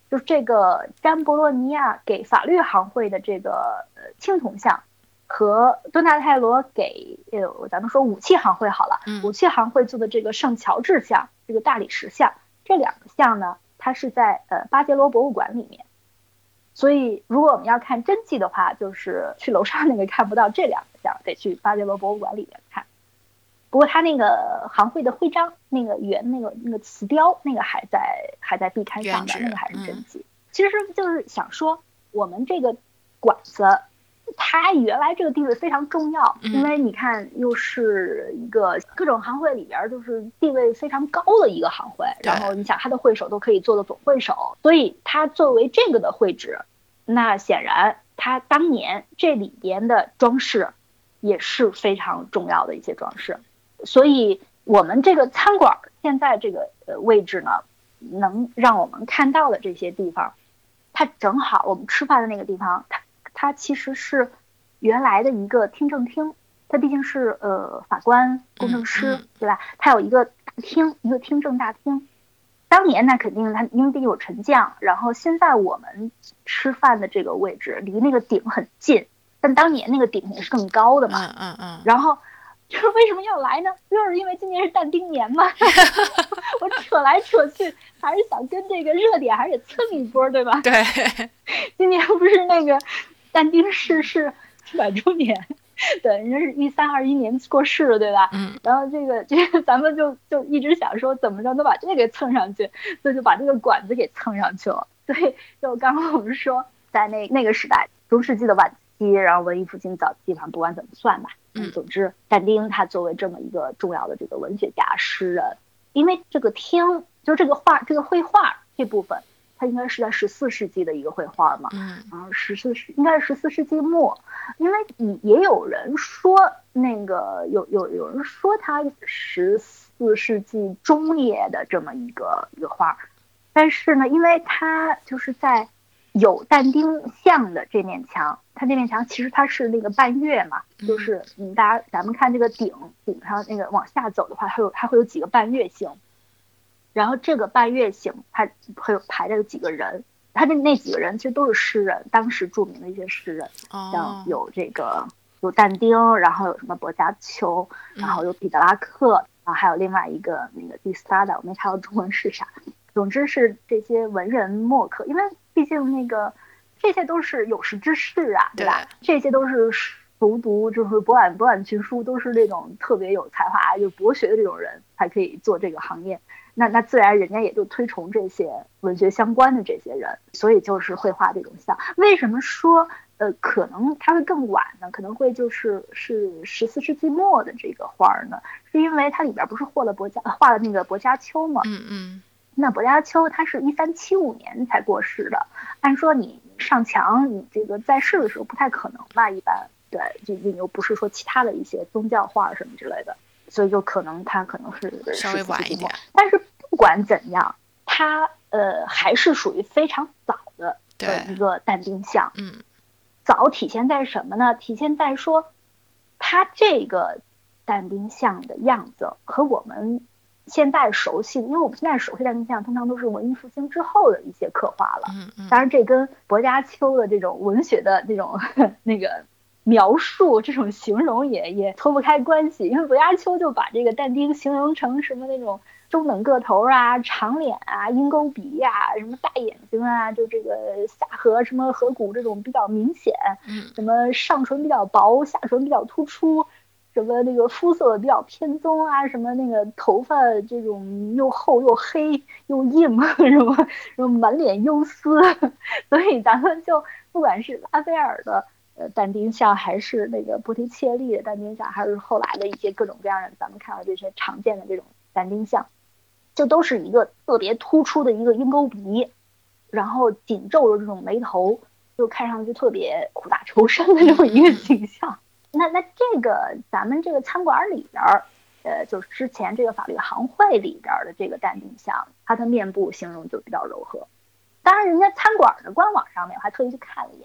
就是这个詹博洛尼亚给法律行会的这个呃青铜像，和多纳泰罗给呃咱们说武器行会好了，
嗯、
武器行会做的这个圣乔治像，这个大理石像，这两个像呢，它是在呃巴杰罗博物馆里面。所以如果我们要看真迹的话，就是去楼上那个看不到这两个像，得去巴杰罗博物馆里面看。不过他那个行会的徽章，那个圆那个那个瓷雕，那个还在还在壁龛上的，那个还是真迹。嗯、其实就是想说，我们这个馆子，它原来这个地位非常重要，
嗯、
因为你看又是一个各种行会里边就是地位非常高的一个行会，然后你想他的会首都可以做的总会首，所以它作为这个的会址，那显然它当年这里边的装饰也是非常重要的一些装饰。所以我们这个餐馆现在这个呃位置呢，能让我们看到的这些地方，它正好我们吃饭的那个地方，它它其实是原来的一个听证厅，它毕竟是呃法官、工程师，对吧？它有一个大厅，一个听证大厅。当年呢，肯定它因为得有沉降，然后现在我们吃饭的这个位置离那个顶很近，但当年那个顶也是更高的嘛。
嗯嗯嗯。
然后就是为什么要来呢？就是因为今年是但丁年嘛。我扯来扯去，还是想跟这个热点还是得蹭一波，对吧？
对。
今年不是那个但丁逝世一百周年，对，人家是一三二一年过世了，对吧？
嗯。
然后这个这个咱们就就一直想说怎么着能把这个给蹭上去，所以就把这个馆子给蹭上去了。所以就刚刚我们说，在那那个时代，中世纪的晚期，然后文艺复兴早期，反正不管怎么算吧，嗯，总之但丁他作为这么一个重要的这个文学家、诗人，因为这个厅就这个画这个绘画这部分。它应该是在十四世纪的一个绘画嘛，
嗯，
然后十四世应该是十四世纪末，因为也有人说那个有有有人说它十四世纪中叶的这么一个一个画，但是呢，因为它就是在有但丁像的这面墙，它这面墙其实它是那个半月嘛，就是嗯，大家咱们看这个顶顶上那个往下走的话，它有它会有几个半月形。然后这个半月形，它会有排着有几个人，他的那几个人其实都是诗人，当时著名的一些诗人，
哦、
像有这个有但丁，然后有什么薄伽丘，然后有彼得拉克，嗯、然后还有另外一个那个第萨达，我没查到中文是啥。总之是这些文人墨客，因为毕竟那个这些都是有识之士啊，对吧？对，这些都是熟读，就是博览博览群书，都是那种特别有才华、有博学的这种人才可以做这个行业。那那自然人家也就推崇这些文学相关的这些人，所以就是会画这种像。为什么说呃可能它会更晚呢？可能会就是是十四世纪末的这个画呢，是因为它里边不是画了薄伽画了那个薄伽丘吗？
嗯嗯。
那薄伽丘他是一三七五年才过世的，按说你上墙你这个在世的时候不太可能吧？一般对，就你又不是说其他的一些宗教画什么之类的。所以就可能他可能是
稍微晚一点，
但是不管怎样，他呃还是属于非常早的的一个但丁像。
嗯，
早体现在什么呢？体现在说他这个但丁像的样子和我们现在熟悉的，因为我们现在熟悉的但丁像通常都是文艺复兴之后的一些刻画了。
嗯嗯，
当然这跟薄伽丘的这种文学的这种那个。描述这种形容也也脱不开关系，因为薄伽丘就把这个但丁形容成什么那种中等个头啊、长脸啊、鹰钩鼻啊、什么大眼睛啊，就这个下颌什么颌骨这种比较明显，什么上唇比较薄，下唇比较突出，什么那个肤色比较偏棕啊，什么那个头发这种又厚又黑又硬，什么什么满脸忧思，所以咱们就不管是拉斐尔的。呃，但丁像还是那个波提切利的但丁像，还是后来的一些各种各样的咱们看到这些常见的这种但丁像，就都是一个特别突出的一个鹰钩鼻，然后紧皱的这种眉头，就看上去特别苦大仇深的这么一个形象。那那这个咱们这个餐馆里边，呃，就是之前这个法律行会里边的这个但丁像，他的面部形容就比较柔和。当然，人家餐馆的官网上面我还特意去看了一眼。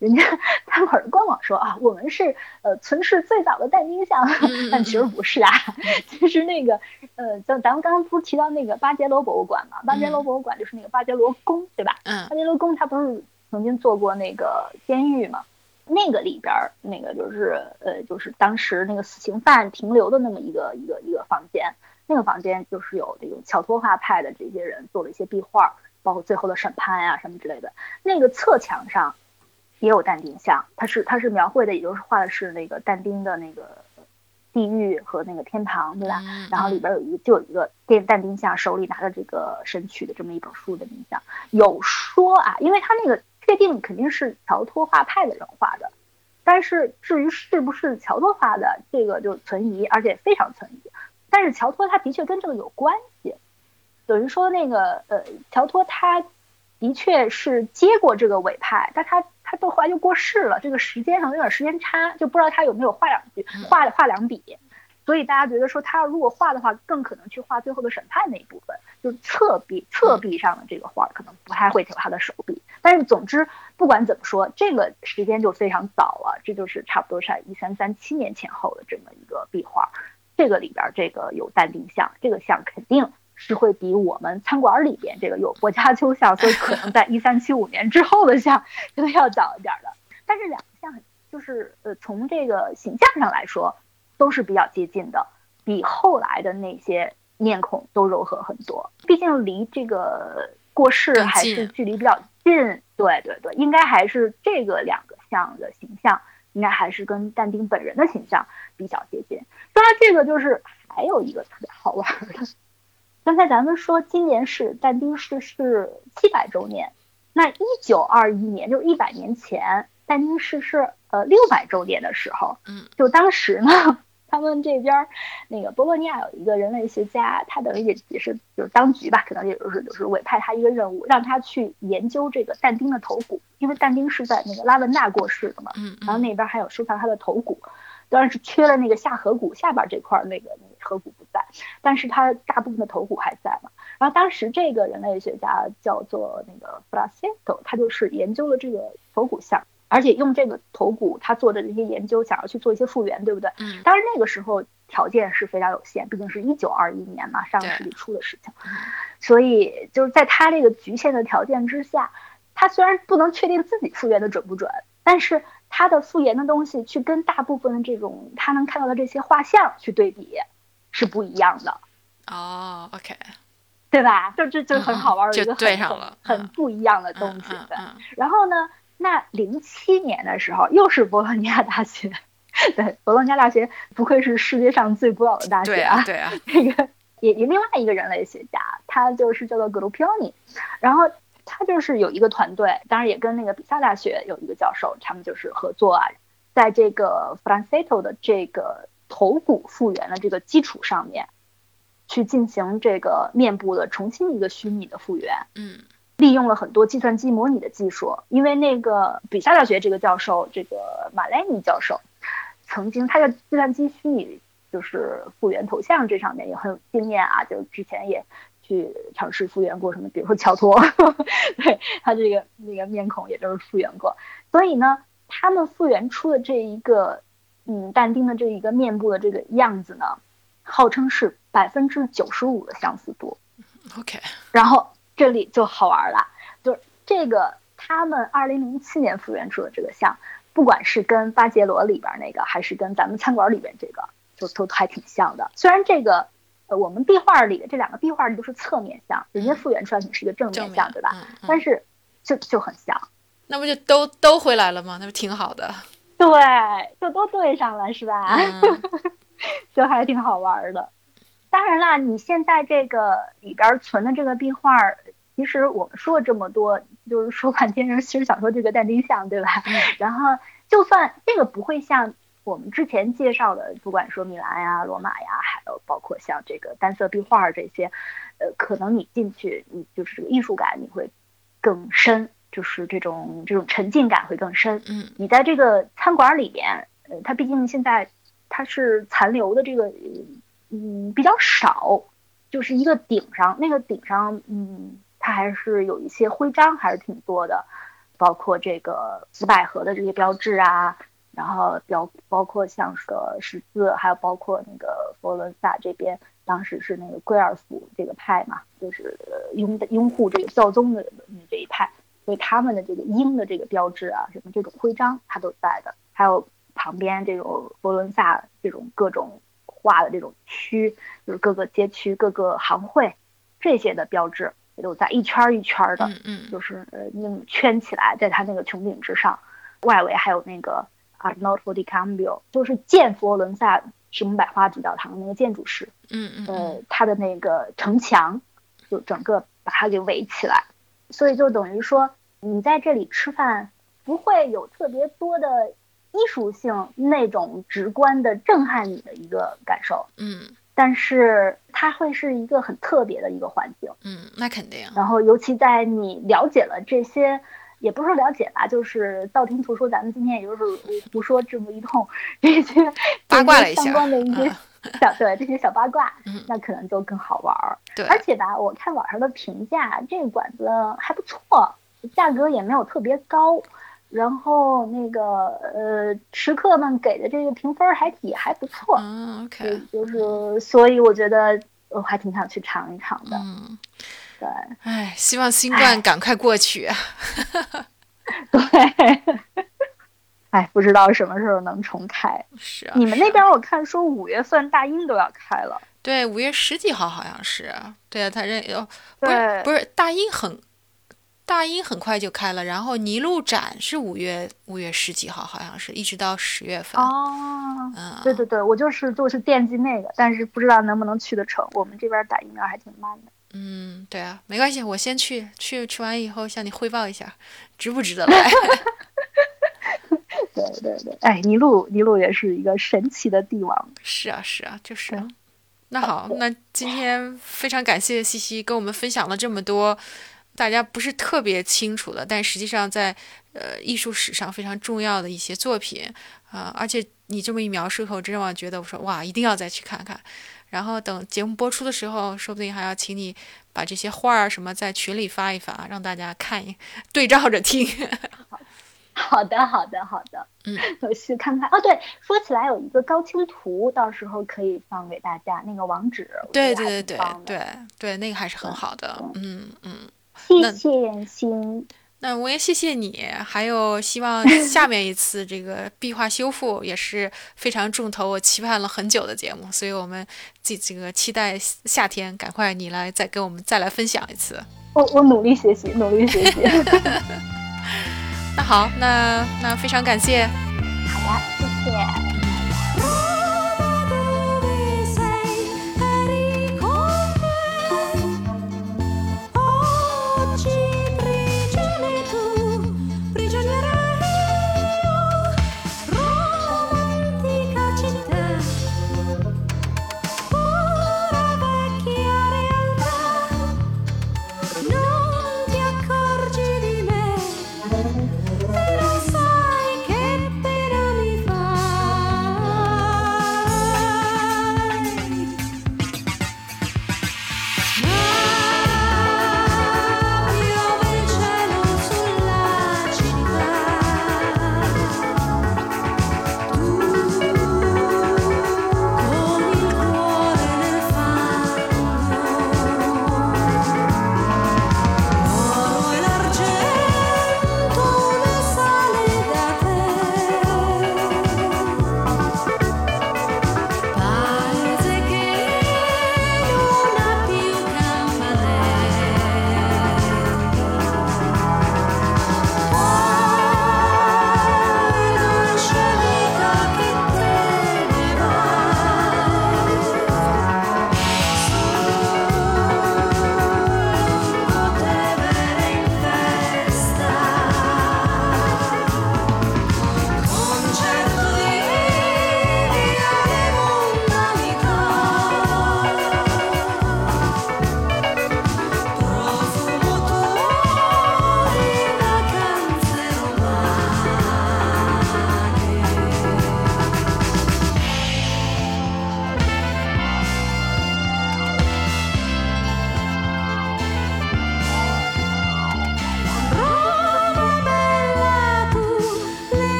人家餐馆的官网说啊，我们是呃存世最早的但丁像，但其实不是啊，其实那个呃，咱咱们刚刚不是提到那个巴杰罗博物馆嘛？巴杰罗博物馆就是那个巴杰罗宫，对吧？
嗯，
巴杰罗宫它不是曾经做过那个监狱嘛？那个里边那个就是呃，就是当时那个死刑犯停留的那么一个一个一个房间，那个房间就是有这种乔托画派的这些人做了一些壁画，包括最后的审判啊什么之类的。那个侧墙上也有但丁像，它是它是描绘的，也就是画的是那个但丁的那个地狱和那个天堂，对吧？
嗯、
然后里边有一个就有一个电但丁像手里拿着这个《神曲》的这么一本书的名像。有说啊，因为他那个确定肯定是乔托画派的人画的，但是至于是不是乔托画的，这个就存疑，而且非常存疑。但是乔托他的确跟这个有关系，等于说那个呃，乔托他的确是接过这个委派，但他他都后来就过世了，这个时间上有点时间差，就不知道他有没有画两句，画画两笔。所以大家觉得说他如果画的话，更可能去画最后的审判那一部分，就是侧壁侧壁上的这个画可能不太会有他的手臂。但是总之不管怎么说，这个时间就非常早了，这就是差不多是在一三三七年前后的这么一个壁画。这个里边这个有但丁像，这个像肯定是会比我们餐馆里边这个有薄伽丘像，所以可能在一三七五年之后的像这个要早一点的。但是两个像就是呃从这个形象上来说都是比较接近的，比后来的那些面孔都柔和很多。毕竟离这个过世还是距离比较近，对对对，应该还是这个两个像的形象，应该还是跟但丁本人的形象比较接近。当然，这个就是还有一个特别好玩的。刚才咱们说今年是但丁逝世七百周年，那一九二一年就是一百年前，但丁逝世呃六百周年的时候，
嗯，
就当时呢，他们这边那个博洛尼亚有一个人类学家，他等于也也是就是当局吧，可能也就是就是委派他一个任务，让他去研究这个但丁的头骨，因为但丁是在那个拉文纳过世的嘛，
嗯，
然后那边还有收藏他的头骨。当然是缺了那个下颌骨下边这块那个那个颌骨不在，但是他大部分的头骨还在嘛。然后当时这个人类学家叫做那个弗拉塞托，他就是研究了这个头骨像，而且用这个头骨他做的这些研究，想要去做一些复原，对不对？
嗯。
当然那个时候条件是非常有限，毕竟是一九二一年嘛，上个世纪初的事情，所以就是在他这个局限的条件之下，他虽然不能确定自己复原的准不准，但是他的复原的东西去跟大部分的这种他能看到的这些画像去对比是不一样的。
哦 ，OK，
对吧？就这就很好玩的一个
就对上了，
很不一样的东西。
嗯嗯嗯、
然后呢，那零七年的时候又是博洛尼亚大学，对，博洛尼亚大学不愧是世界上最古老的大学啊。
对啊，
那个也也另外一个人类学家，他就是叫做格鲁皮奥尼，然后。他就是有一个团队，当然也跟那个比萨大学有一个教授，他们就是合作啊，在这个弗兰塞托的这个头骨复原的这个基础上面，去进行这个面部的重新一个虚拟的复原。
嗯，
利用了很多计算机模拟的技术，因为那个比萨大学这个教授，这个马莱尼教授，曾经他在计算机虚拟就是复原头像这上面也很有经验啊，就之前也。去尝试复原过什么，比如说乔托，对他这个那个面孔也都是复原过，所以呢，他们复原出的这一个嗯但丁的这一个面部的这个样子呢，号称是百分之九十五的相似度。
OK，
然后这里就好玩了，就是这个他们二零零七年复原出的这个像，不管是跟巴杰罗里边那个，还是跟咱们餐馆里边这个，就都还挺像的。虽然这个。我们壁画里的这两个壁画里都是侧面像，人家复原出来你是一个正面像，对吧？
嗯嗯、
但是就就很像，
那不就都都回来了吗？那不挺好的？
对，就都对上了，是吧？嗯、就还挺好玩的。当然啦，你现在这个里边存的这个壁画，其实我们说了这么多，就是说半天，其实想说这个但丁像，对吧？
嗯、
然后就算这个不会像。我们之前介绍的，不管说米兰呀、罗马呀，还有包括像这个单色壁画这些，呃，可能你进去，你就是这个艺术感你会更深，就是这种这种沉浸感会更深。
嗯，
你在这个餐馆里边，呃，它毕竟现在它是残留的这个，嗯，比较少，就是一个顶上那个顶上，嗯，它还是有一些徽章，还是挺多的。 包括这个紫百合的这些标志啊，然后标包括像是个十字，还有包括那个佛罗伦萨这边当时是那个圭尔府这个派嘛，就是拥拥护这个教宗的这一派，所以他们的这个鹰的这个标志啊，什么这种徽章它都在的，还有旁边这种佛罗伦萨这种各种画的这种区，就是各个街区各个行会这些的标志也都在一圈一圈的，
嗯嗯，
就是呃那种圈起来在它那个穹顶之上，外围还有那个 Arnolfo di Cambio， 就是建佛罗伦萨石门百花主教堂的那个建筑师，
嗯嗯，
呃，它的那个城墙就整个把它给围起来，所以就等于说你在这里吃饭不会有特别多的艺术性那种直观的震撼你的一个感受，
嗯，
但是它会是一个很特别的一个环境，
嗯，那肯定。
然后尤其在你了解了这些，也不是说了解吧，就是道听途说，咱们今天也就是胡说这么一通，这些
八卦了一下
相关的一些小、嗯、对这些小八卦、
嗯，
那可能就更好玩。
对，
而且吧，我看网上的评价，这个馆子还不错，价格也没有特别高。然后那个呃，食客们给的这个评分还也还不错，
嗯 ，OK，
就是所以我觉得我还挺想去尝一尝的。
嗯，
对，
哎，希望新冠赶快过去。
对，哎，不知道什么时候能重开。
是啊，
你们那边我看说五月份大英都要开了。
对，五月十几号好像是。对啊，他认哦，不是不是大英很。大英很快就开了，然后尼禄展是五月五月十几号，好像是一直到十月份。
哦，
嗯，
对对对，我就是就是惦记那个，但是不知道能不能去得成。我们这边打疫苗还挺慢的。
嗯，对啊，没关系，我先去，去去完以后向你汇报一下，值不值得来。
对对对，哎，尼禄尼禄也是一个神奇的帝王。
是啊是啊，就是。那好，那今天非常感谢西西跟我们分享了这么多。大家不是特别清楚的，但实际上在呃艺术史上非常重要的一些作品啊、呃，而且你这么一描述后，真让我觉得我说哇，一定要再去看看。然后等节目播出的时候，说不定还要请你把这些画儿什么在群里发一发，让大家看一对照着听。
好的，好的，好的，
嗯，
我去看看。哦，对，说起来有一个高清图，到时候可以放给大家那个网址。
对对对对对对，那个还是很好的。嗯嗯。
谢谢心，
那我也谢谢你，还有希望下面一次这个壁画修复也是非常重头，我期盼了很久的节目，所以我们这这个期待夏天赶快你来再跟我们再来分享一次。
我我努力学习，努力学习。
那好，那那非常感谢。
好呀，谢谢。